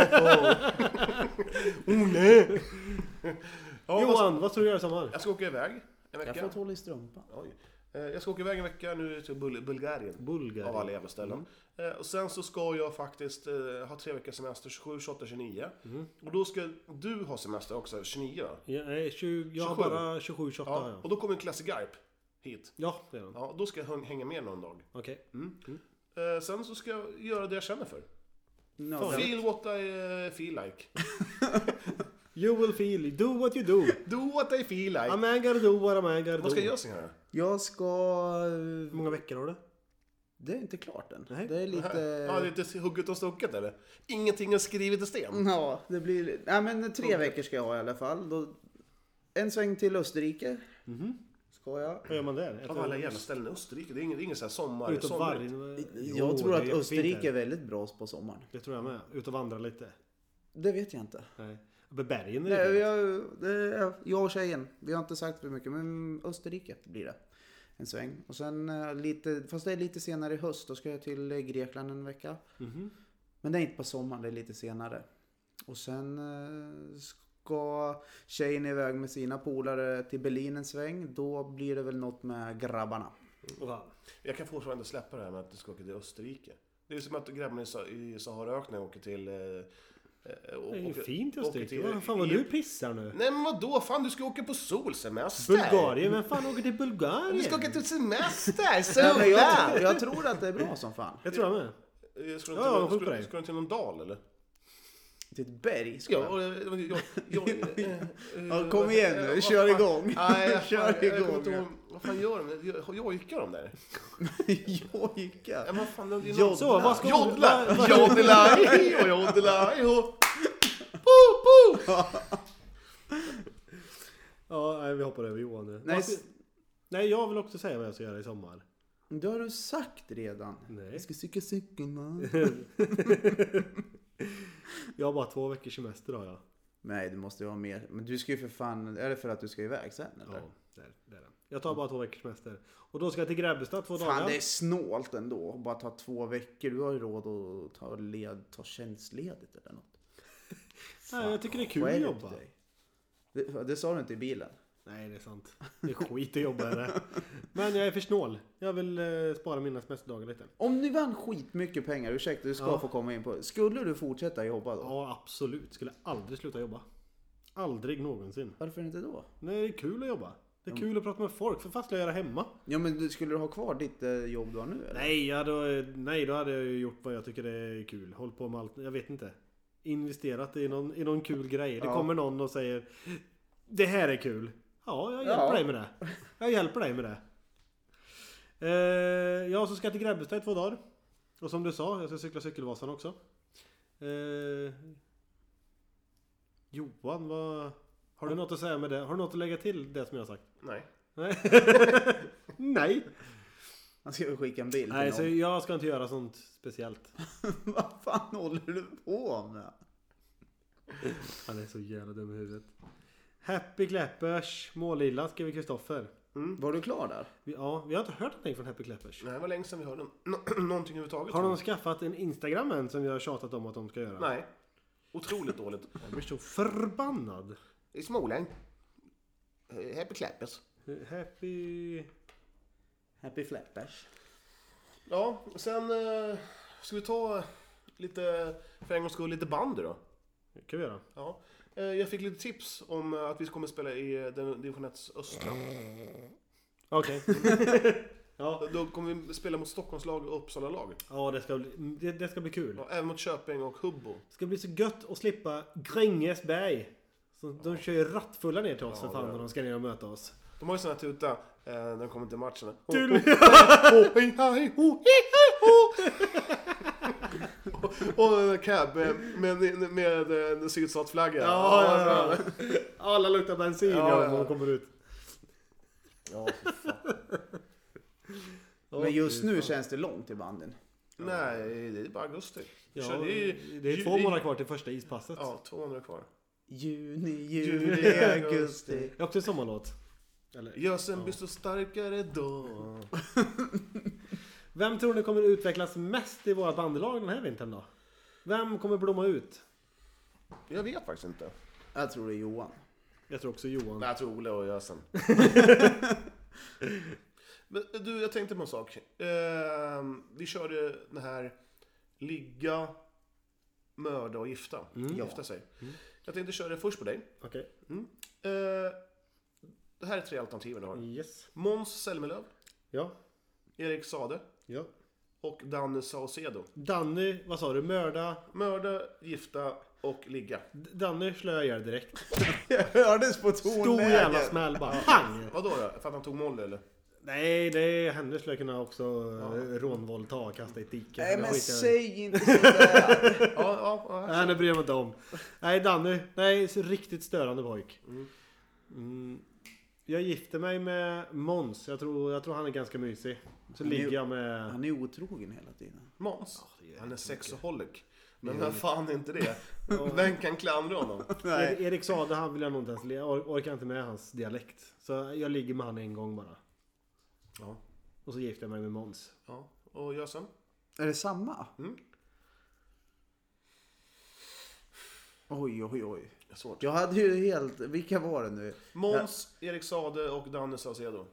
Ole! Ja, vad-
Johan, vad ska du göra i sommar?
jag ska åka iväg en vecka.
Jag får ett hål i strumpan.
Oj. Eh, Jag ska åka iväg en vecka nu till Bul- Bulgarien.
Bulgarien.
Av alla jävla ställen. Eh, Och sen så ska jag faktiskt eh, ha tre veckors semester, tjugosju, tjugoåtta, tjugonio. Och då ska du ha semester också, tjugonio va?
Ja, nej, tjugo, jag har
tjugosju.
bara tjugosju tjugoåtta.
Ja.
Ja,
Och då kommer Klasse Garp hit.
ja det är han.
Ja, då ska jag häng- hänga med någon dag.
Okej.
Eh, Sen så ska jag göra det jag känner för.
No,
Feel what I eh, feel like.
You will feel, do what you do.
Do what I feel like.
A man gotta do what a man gotta do.
Vad ska jag göra sen här?
Jag ska...
Hur många veckor har du?
Det är inte klart än.
Nej.
Det är lite...
Ja, det är lite hugget och stucket eller? Ingenting är skrivet i sten.
Ja, det blir... Nej, men tre veckor ska jag ha i alla fall. Då... En sväng till Österrike. Ska jag.
Vad gör man där?
Av alla jävla ställen i Österrike. Det är ingen, det är ingen så här sommar.
Ut och
somrigt.
varg.
Jag tror att Österrike är väldigt bra på sommaren.
Det tror jag med. Ut och vandra lite.
Det vet jag inte.
Nej. Uppe i bergen är
Nej,
det.
jag, det är jag och tjejen. Vi har inte sagt för mycket, men Österrike blir det. En sväng. Och sen eh, lite, fast det är lite senare i höst, då ska jag till eh, Grekland en vecka.
Mhm.
Men det är inte på sommaren, det är lite senare. Och sen eh, ska tjejen iväg med sina polare till Berlin en sväng. Då blir det väl något med grabbarna.
Wow.
Jag kan fortfarande släppa det här med att du ska åka till Österrike. Det är som att grabbarna i Sa- i Saharaöknen åker till... Eh, eh,
Det är ju
åker-
fint i
åker
Österrike.
till-
Vad fan vad
i-
du pissar nu?
Nej men vadå? Fan du ska åka på solsemester.
Bulgarien? Vem fan åker till Bulgarien?
Du ska åka till semester.
Nej,
Sola.
men jag, jag tror att det är bra som fan.
Jag tror jag med.
Eh, Ska du
Ja,
inte
skjut
ska,
på
du-
dig.
ska du till någon dal eller?
Till ett berg ska
Ja,
jag.
och, eh, jag, jag, eh, eh,
Ja, kom igen nu,
eh,
kör
vad fan-
igång.
Nej, jag,
Kör
jag, jag,
igång,
kommer inte
ja.
ihåg Vad fan gör de? Jag- Jojkar de där?
Jojka.
Ja, vad fan, det är någon-
Jodla.
Så, vad ska
Jodla!
vad-
Jodla! Och jodla! Och... Poo, poo!
Ja, nej, vi hoppar över Johan nu.
Nej,
Vad ska- Nej, jag vill också säga vad jag ska göra i sommar.
det har du sagt redan.
Nej.
Jag ska cykla cykeln, va?
Jag har bara två veckors semester då, ja.
Nej, det måste ju vara mer. Men du ska ju för fan... Är det för att du ska iväg sen, eller?
Ja, det är, det är det. Jag tar bara två veckors semester. Och då ska jag till Grebbestad två
Fan,
dagar.
det är snålt ändå. Bara ta två veckor. Du har ju råd att ta, led, ta tjänstledigt eller något.
Nej, jag tycker det är kul att
skärp
jobba.
dig. Det, det sa du inte i bilen.
Nej, det är sant. Det är skit att jobba är det. Men jag är för snål. Jag vill eh, spara mina semesterdagar lite.
Om ni vann skitmycket pengar, ursäkta, du ska
Ja.
få komma in på. Skulle du fortsätta jobba då?
Ja, absolut. Skulle aldrig sluta jobba. Aldrig någonsin.
Varför inte då?
Nej, det är kul att jobba. Det är kul att prata med folk. För fast jag göra hemma.
Ja, men du, skulle du ha kvar ditt eh, jobb du har nu, eller?
Nej, ja, då, nej, då hade jag ju gjort vad jag tycker är kul. Håll på med allt. Jag vet inte. Investerat i någon, i någon kul grej. Det
Ja.
kommer någon och säger det här är kul. Ja, jag hjälper
Ja.
dig med det. Jag hjälper dig med det. Eh, jag så ska jag till Grebbestad i två dagar. Och som du sa, jag ska cykla Cykelvasan också. Eh, Johan, vad... Har du något att säga med det? Har du något att lägga till det som jag har sagt?
Nej.
Nej. Nej.
Han ska ju skicka en bild
Nej,
till
så
någon.
jag ska inte göra sånt speciellt.
Vad fan håller du på med?
Han är så jävla dum i huvudet. Happy Clappers, Målilla skriver Kristoffer.
Var du klar där?
Vi, ja, vi har inte hört någonting från Happy Clappers.
Nej, det var länge sedan vi hörde nå- någonting överhuvudtaget.
Har de skaffat en Instagram än som vi har tjatat om att de ska göra?
Nej. Otroligt dåligt.
Jag blir så förbannad.
I Småland. Eh, Happy Clappers.
Happy...
Happy Flappers.
Ja, sen eh, ska vi ta lite, för en gångs skull, lite bandy då.
Det kan vi göra.
Ja. Eh, jag fick lite tips om eh, att vi kommer spela i eh, den division ett östra.
Okej. Ja.
Då kommer vi spela mot Stockholmslag och Uppsala-lag.
Ja, det ska bli, det, det ska bli kul.
Ja, även mot Köping och Hubbo.
Det ska bli så gött att slippa Grängesberg. Så de kör ju rattfulla ner till oss för fan när de ska ner och möta oss.
De har ju sån här tuta eh, när de kommer till matcherna. Och en cab med, med, med, med en sydstatsflagga.
Ja, ja, ja. Alla luktar bensin
Ja,
ja,
ja.
när de kommer ut.
Ja, för fan.
Men just nu känns det långt i banden.
Nej, det är bara augusti.
Ja,
Så det är,
det är två månader kvar till första ispasset.
Ja, två månader kvar.
Juni,
Juli,
juli, augusti.
Det är också en sommarlåt. Eller?
Gösen blir så starkare då.
Vem tror ni kommer utvecklas mest i våra bandelag den här vintern då? Vem kommer blomma ut?
Jag vet faktiskt inte.
Jag tror det är Johan.
Jag tror också Johan.
Nej, jag tror Olle och Gösen. Men du, jag tänkte på en sak. Eh, vi körde den här ligga, mörda och gifta.
Mm.
Gifta sig. Jag tänkte köra det först på dig.
Okej.
Eh, det här är tre alternativen du har.
Yes.
Måns Zelmerlöw,
Ja.
Erik Sade
Ja.
och Danny Saucedo.
Danny, vad sa du? Mörda?
Mörda, gifta och ligga.
D- Danny slår jag ihjäl direkt.
Jag hördes på
Stor
tonläget.
jävla smäll bara. Pang!
Vadå då? För att han tog mål eller?
Nej, det är henne skulle jag kunna också ja. rånvåldta och kasta i ett dike.
Nej, men
Skit i-
säg inte sådär.
Ja, ja, ja.
Nej, det bryr jag mig inte om. Nej, Danny. Nej, så riktigt störande pojk. Mm. Jag gifter mig med Måns. Jag tror, jag tror han är ganska mysig. Så
Han är-
ligger jag med...
Han är otrogen hela tiden.
Måns.
det är
Han är
inte
sexaholic. Men vem fan är inte det? Vem kan klandra honom?
Er, Erik Sade, han vill jag nog inte ens... le- Jag or- orkar inte med hans dialekt. Så jag ligger med han en gång bara.
Ja.
Och så gifter jag mig med Måns.
Ja. Och Gösen?
Är det samma?
Mm.
Oj, oj, oj.
Det är svårt.
Jag hade ju helt... Vilka var det nu?
Måns, Erik Sade och Danny Saucedo.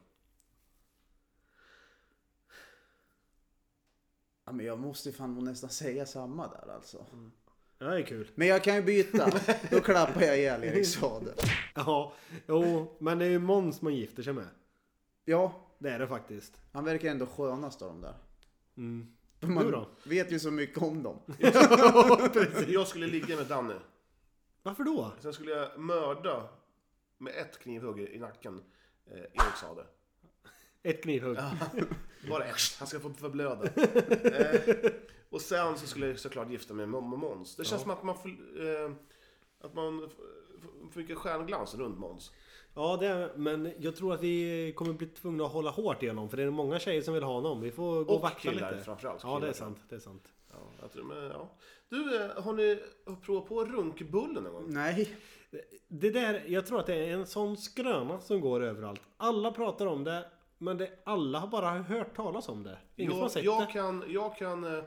Ja, men jag måste fan nog nästan säga samma där alltså.
Ja, det är kul.
Men jag kan ju byta. Då klappar jag ihjäl Erik Sade.
Ja, jo, men det är ju Måns man gifter sig med.
Ja,
Det är det faktiskt.
han verkar ändå skönast av dem där.
Mm.
Man
Du då?
vet ju så mycket om dem.
Jag skulle ligga med Danny.
Varför då?
Sen skulle jag mörda med ett knivhugg i nacken eh, Erik Sade.
Ett knivhugg.
Bara ett, han ska få förblöda. eh, och sen så skulle jag såklart gifta mig med Måns. Det känns
Ja.
som att man får, eh, att man får mycket stjärnglans runt Måns.
Ja, det är, men jag tror att vi kommer bli tvungna att hålla hårt igenom. För det är många tjejer som vill ha honom. Vi får gå och
Och
vackla
killar
lite.
framförallt.
Ja, det är
killar.
sant. Det är sant.
Ja, jag tror, men, ja. Du, eh, har ni provat på runkbullen någon gång?
Nej.
Det där, jag tror att det är en sån skröna som går överallt. Alla pratar om det, men det, alla har bara hört talas om det. Ingen som har
Jag,
sett
jag
det.
kan, jag kan eh,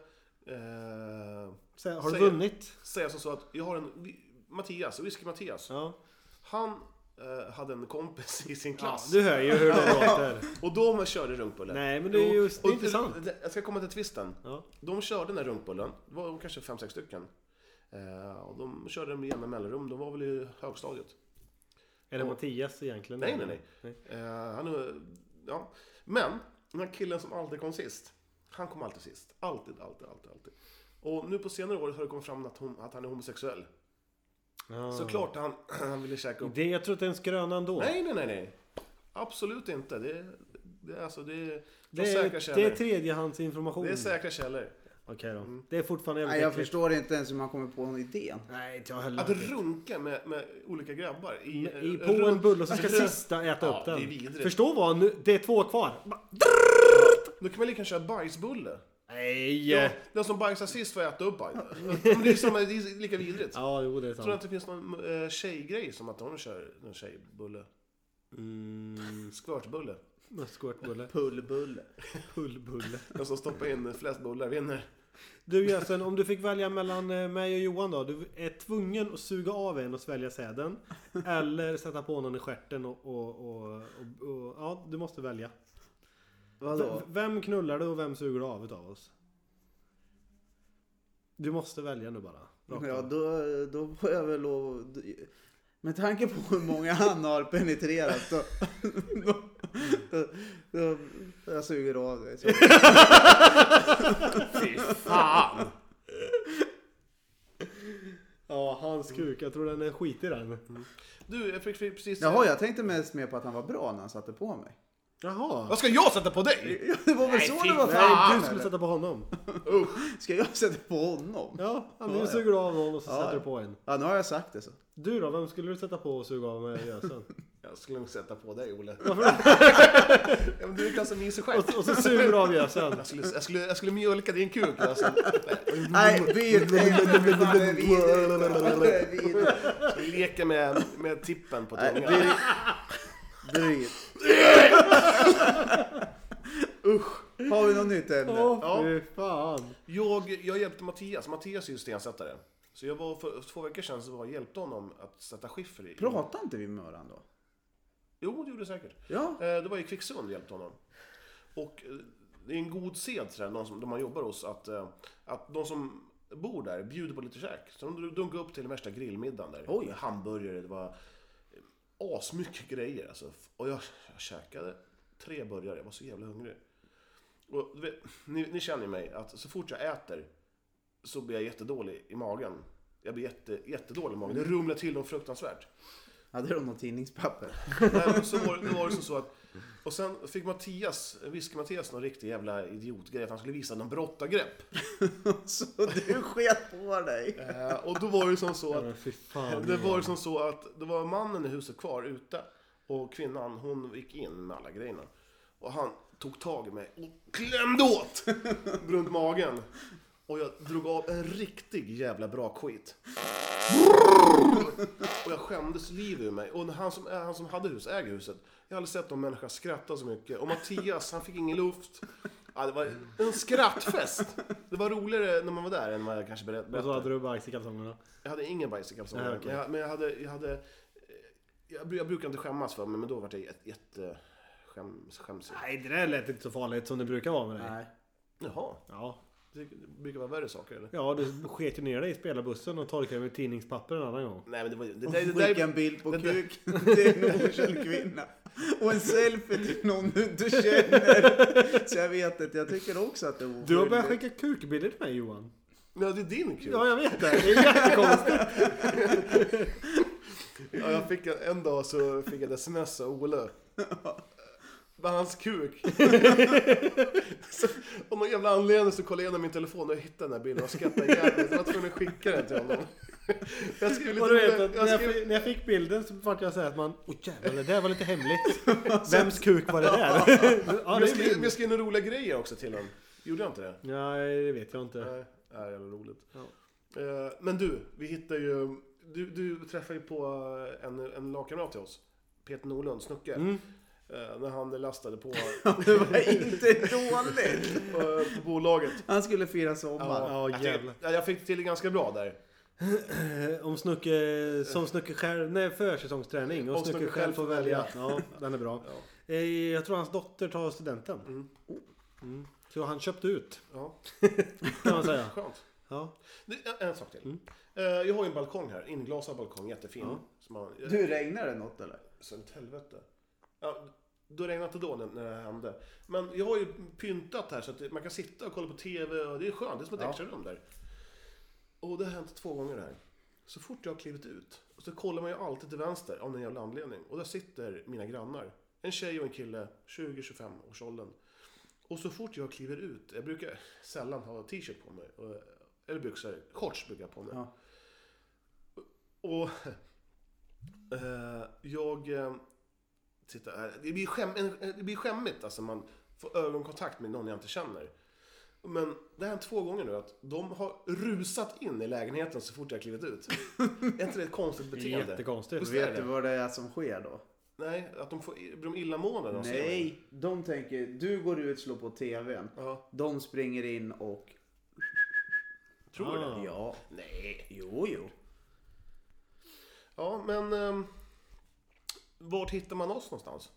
Så, har du
säga-
vunnit?
säga som så att jag har en Mattias, Whisky Mattias.
Ja.
Han eh, hade en kompis i sin
Ja,
klass.
du hör ju hur det låter.
Och de körde runkbullen.
Nej, men det är just det är
Och-
intressant.
det- Jag ska komma till twisten.
Ja.
De körde den här runkbullen. Det var kanske fem sex stycken. Eh, och de körde den med jämna mellanrum. De var väl i högstadiet.
Är det
Och-
Mattias egentligen?
Nej, nej, nej. Eh, han är, ja. Men den här killen som alltid kom sist. Han kom alltid sist. Alltid, alltid, alltid, alltid. Och nu på senare år har det kommit fram att, hon, att han är homosexuell.
Ja.
Såklart han, han ville käka upp.
Det, jag tror att det är en skröna ändå.
Nej, nej, nej, nej. Absolut inte. Det, är- det är alltså, det är,
det,
det
är,
säkra källor.
det är tredjehandsinformation.
Det är säkra källor.
Okej då. Det är fortfarande jävligt
Nej, jag
äckligt.
förstår inte ens hur man kommer på en idé.
Nej, inte jag heller.
Att runka med, med olika grabbar i,
I,
eh,
på
runk-
en bulle och så ska
runk-
sista äta
Ja,
upp
det är
den.
vidrigt.
Förstå vad, nu, det är två kvar.
Då kan man lika köra bajsbulle.
Nej!
Ja, den som bajsar sist får äta upp bajs. Men det är, samma, det är lika vidrigt.
Ja, jo, det är
Jag tror att
sant.
det finns någon eh, tjejgrej som att hon kör en tjejbulle.
Mm,
Skvörtbulle.
squirtbulle.
Pullbulle.
Pullbulle.
Den som stoppar in flest bullar vinner.
Du Jösen, om du fick välja mellan eh, mig och Johan då. Du är tvungen att suga av en och svälja säden. Eller sätta på någon i stjärten och, och, och, och, och... Ja, du måste välja.
Vadå?
V- Vem knullar du och vem suger du av utav oss? Du måste välja nu bara. Rakt
Ja,
av.
då, då får jag väl lov... Med tanke på hur många han har penetrerat så... Då, då, då, jag suger av det. Så.
Fy fan!
Ja, hans kuk. Jag tror den är skit i den.
Du, jag fick precis...
Jaha, jag tänkte mest mer på att han var bra när han satte på mig.
Jaha.
Vad ska jag sätta på dig?
Ja, det var väl
Nej,
så
fy
det var.
Nej,
Fan,
du skulle
eller?
sätta på honom.
Ska jag sätta på honom?
Ja,
Ja,
nu
ja.
suger du av någon och så
Ja,
sätter
ja.
du på en.
Ja, nu har jag sagt det så.
Du då, vem skulle du sätta på och suga av med Jösen?
Jag skulle nog sätta på dig, Olle. Ja, men du är ganska mysig själv.
och, och så suger du av Jösen.
Jag skulle, jag, skulle, jag skulle mjölka din kuk. Alltså.
Nej, byt ämne för fan, det är vidrigt. Det är vidrigt.
Leka med, med tippen på
Nej,
tungan.
bryt. Bryt. Usch. Har vi något nytt ämne?
Åh,
Ja.
fy fan.
Jag, jag hjälpte Mattias. Mattias är ju stensättare. Så jag var för två veckor sedan så var jag hjälpte honom att sätta skiffer i.
Pratar inte vi med varandra då?
Jo, det gjorde jag säkert.
Ja.
Eh, Det var i Kvicksund jag hjälpte honom. Och eh, det är en god sed så där, de som de man jobbar hos att, eh, att de som bor där bjuder på lite käk. Så de dunkade upp till den värsta grillmiddagen där.
Oj.
Med hamburgare, det var eh, asmycket grejer alltså. Och jag, jag käkade tre burgare, jag var så jävla hungrig. Och du vet, ni, ni känner ju mig att så fort jag äter så blir jag jättedålig i magen. Jag blir jätte, jättedålig i magen. Det rumlar till dem fruktansvärt.
Hade de något tidningspapper?
Nej, men så var, det var det så att... Och sen fick Mattias, Whisky Mattias någon riktig jävla idiotgrej att han skulle visa någon brottargrepp.
Så du sket på dig?
Eh, och då var det som så
Ja,
att...
men fy fan.
Det var som så att det var mannen i huset kvar ute. Och kvinnan, hon gick in med alla grejerna. Och han tog tag i mig och klämde åt runt magen. Och jag drog av en riktig jävla bra skit. Och jag skämdes liv ur mig. Och han som, han som hade hus, äger huset. Jag hade sett någon människa skratta så mycket. Och Mattias, han fick ingen luft. Ja, det var en skrattfest. Det var roligare när man var där än vad jag kanske berätt-
Och så hade
berättade.
du bajs i kalsongerna.
Jag hade ingen bajs i kalsongerna.
Nej, okej.
Men jag- Men jag hade... Jag, hade jag, jag brukar inte skämmas för mig, men då var det jätte... jätte skäms, skäms.
Nej, det där lät inte så farligt som det brukar vara med dig.
Nej.
Jaha,
Ja.
det brukar vara värre saker eller?
Ja, du sket ju ner dig i spelarbussen och torkade med tidningspapper en annan gång.
Nej, men det var det, det, det, det,
Skicka
det,
en bild på
det där-
kuk till en okänd kvinna. Och en selfie till någon du inte känner. Så jag vet inte, jag tycker också att det är oskyldigt.
Du har börjat skicka kukbilder till mig, Johan.
Ja, det är din kuk.
Ja, jag vet det. Det är jättekonstigt.
Ja, jag fick en, en dag så fick jag ett sms av Olle. Var hans kuk. Så, om någon jävla anledning så kollade jag igenom min telefon och hittade den här bilden och skrattade jävligt. Jag var tvungen att skicka den till honom. Jag skrev lite
Och du vet,
rolig-
att
jag
när, jag
skrev-
fick, när jag fick bilden så vart jag säga att man, åh jävlar, det där var lite hemligt. Vems kuk var det där? Ja, det
jag
är
skrev,
min.
jag skrev några roliga grejer också till honom. Gjorde jag inte det?
Nej, det vet jag inte.
Nej, det är jävla roligt.
Ja.
Eh, Men du, vi hittar ju... Du, du träffade ju på en, en lagkamrat till oss. Peter Norlund, Snucke.
Mm.
Eh, När han lastade på,
Det var inte dåligt.
på, på bolaget.
Han skulle fira sommar.
Ja,
jag,
jävlar.
tycker- jag fick till det ganska bra där.
Om Snucke, som Snucke själv, nej försäsongsträning och
Om
Snucke
Snucke
själv får välja.
välja.
Ja, den är bra.
Ja.
Eh, Jag tror hans dotter tar studenten.
Mm.
Mm. Så han köpte ut,
Ja.
kan man säga.
Skönt.
Ja.
Det- En, en sak till.
Mm.
Eh, Jag har ju en balkong här, inglasad balkong, jättefin.
Ja.
Som man,
Du, regnar det något eller?
Så ett helvete. Ja, då regnade det då när, när det hände. Men jag har ju pyntat här så att man kan sitta och kolla på tv och det är skönt. Det är som ett
Ja.
extra rum där. Och det har hänt två gånger här. Så fort jag har klivit ut, och så kollar man ju alltid till vänster av någon jävla anledning. Och där sitter mina grannar. En tjej och en kille, tjugo till tjugofem års åldern. Och så fort jag kliver ut, jag brukar sällan ha t-shirt på mig. och- Eller byxor, shorts brukar jag ha på mig.
Ja.
Och eh, jag eh, tittar här. Det blir, skäm, en- det blir skämmigt alltså man får ögonkontakt med någon jag inte känner. Men det har hänt två gånger nu att de har rusat in i lägenheten så fort jag har klivit ut. Är inte det ett konstigt
Det är
beteende?
jättekonstigt.
Visst är
Vet du
det?
vad det är som sker då?
Nej, att de får, blir de illamående när de ser mig?
Nej, de tänker, du går ut, slår på tvn.
Ja,
De springer in och...
tror du
Ah.
det?
Ja.
Nej.
Jo, jo.
Ja, men ehm, vart hittar man oss någonstans?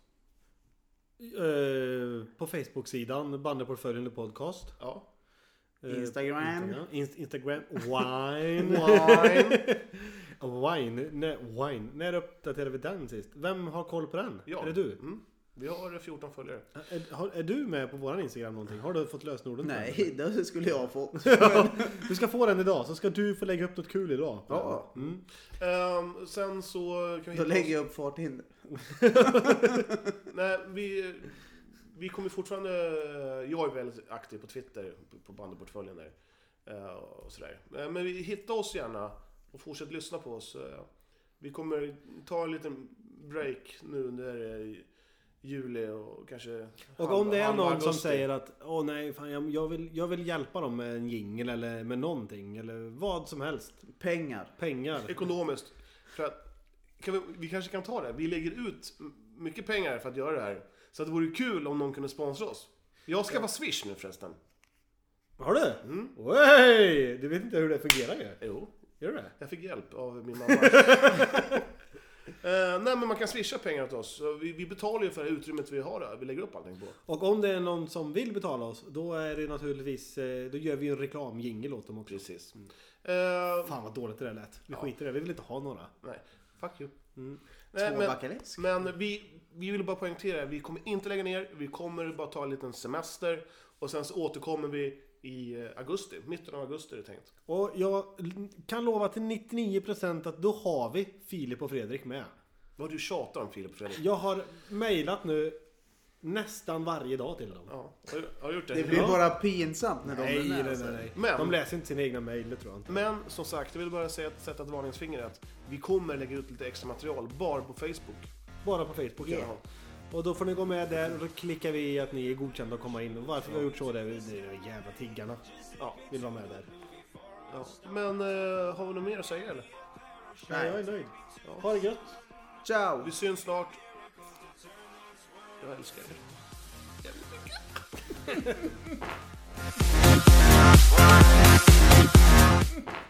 Eh, På Facebook-sidan Bandyportföljen podcast.
Ja.
Eh,
Instagram.
Instagram, Inst- Instagram. Wine.
Wine.
Wine. Nej, wine. När uppdaterade vi den sist? Vem har koll på den?
Ja.
Är det du?
Mm. Vi har fjorton följare.
Är, har, är du med på våran Instagram någonting? Har du fått lösenorden?
Nej, det skulle jag ha fått.
Du ska få den idag, så ska du få lägga upp något kul idag.
Ja.
Mm.
Ehm, sen så kan vi
Då
hitta
lägger
oss-
jag upp farthinder.
Nej, vi, vi kommer fortfarande... Jag är väldigt aktiv på Twitter, på bandyportföljen där. Eh, och sådär. Eh, Men vi hittar oss gärna och fortsätt lyssna på oss. Eh, Vi kommer ta en liten break nu under eh, juli och kanske...
Och
halva-
om det är
halva
någon som
augusti.
säger att åh nej, fan, jag, jag, vill, jag vill hjälpa dem med en jingle eller med någonting eller vad som helst.
Pengar.
Pengar.
Ekonomiskt. För att, kan vi, vi kanske kan ta det. Vi lägger ut m- mycket pengar för att göra det här. Så att det vore kul om någon kunde sponsra oss. Jag ska vara Swish nu förresten.
Har du?
Mm.
Wey! Du vet inte hur det fungerar ju.
Jo,
Gör du det?
jag fick hjälp av min mamma. Eh, nej men man kan swisha pengar åt oss. Så Vi, vi betalar ju för det utrymmet vi har där. Vi lägger upp allting på.
Och om det är någon som vill betala oss, då är det naturligtvis, eh, då gör vi en reklamjingel åt dem också.
Precis. Eh,
Fan vad dåligt det där lät. Vi
Ja.
skiter i det, vi vill inte ha några.
nej, fuck you.
Mm.
Nej,
Två
men,
backar läsk.
men vi, vi vill bara poängtera, vi kommer inte lägga ner. Vi kommer bara ta en liten semester. Och sen så återkommer vi i eh, augusti. Mitten av augusti är det tänkt.
Och jag kan lova till nittionio procent att då har vi Filip och Fredrik med.
Vad du tjatar om Filip och Fredrik.
Jag har mejlat nu nästan varje dag till dem.
Ja, har du, har du gjort det?
Det blir
Ja.
bara pinsamt när de
Nej,
är med.
nej,
alltså.
nej, nej.
Men-
De läser inte sina egna mejl, det tror jag inte.
Men som sagt, jag vill bara säga att sätta ett varningsfinger att vi kommer lägga ut lite extra material bara på Facebook.
Bara på Facebook.
Ja.
Ja. Och då får ni gå med där och då klickar vi i att ni är godkända att komma in. Och varför vi har gjort så, det är det är de jävla tiggarna.
Ja.
Vill vara med där.
Ja. Men uh, har vi något mer att säga eller?
Nej, jag är nöjd. Ha det gött.
Ciao!
Vi syns snart. Jag älskar er.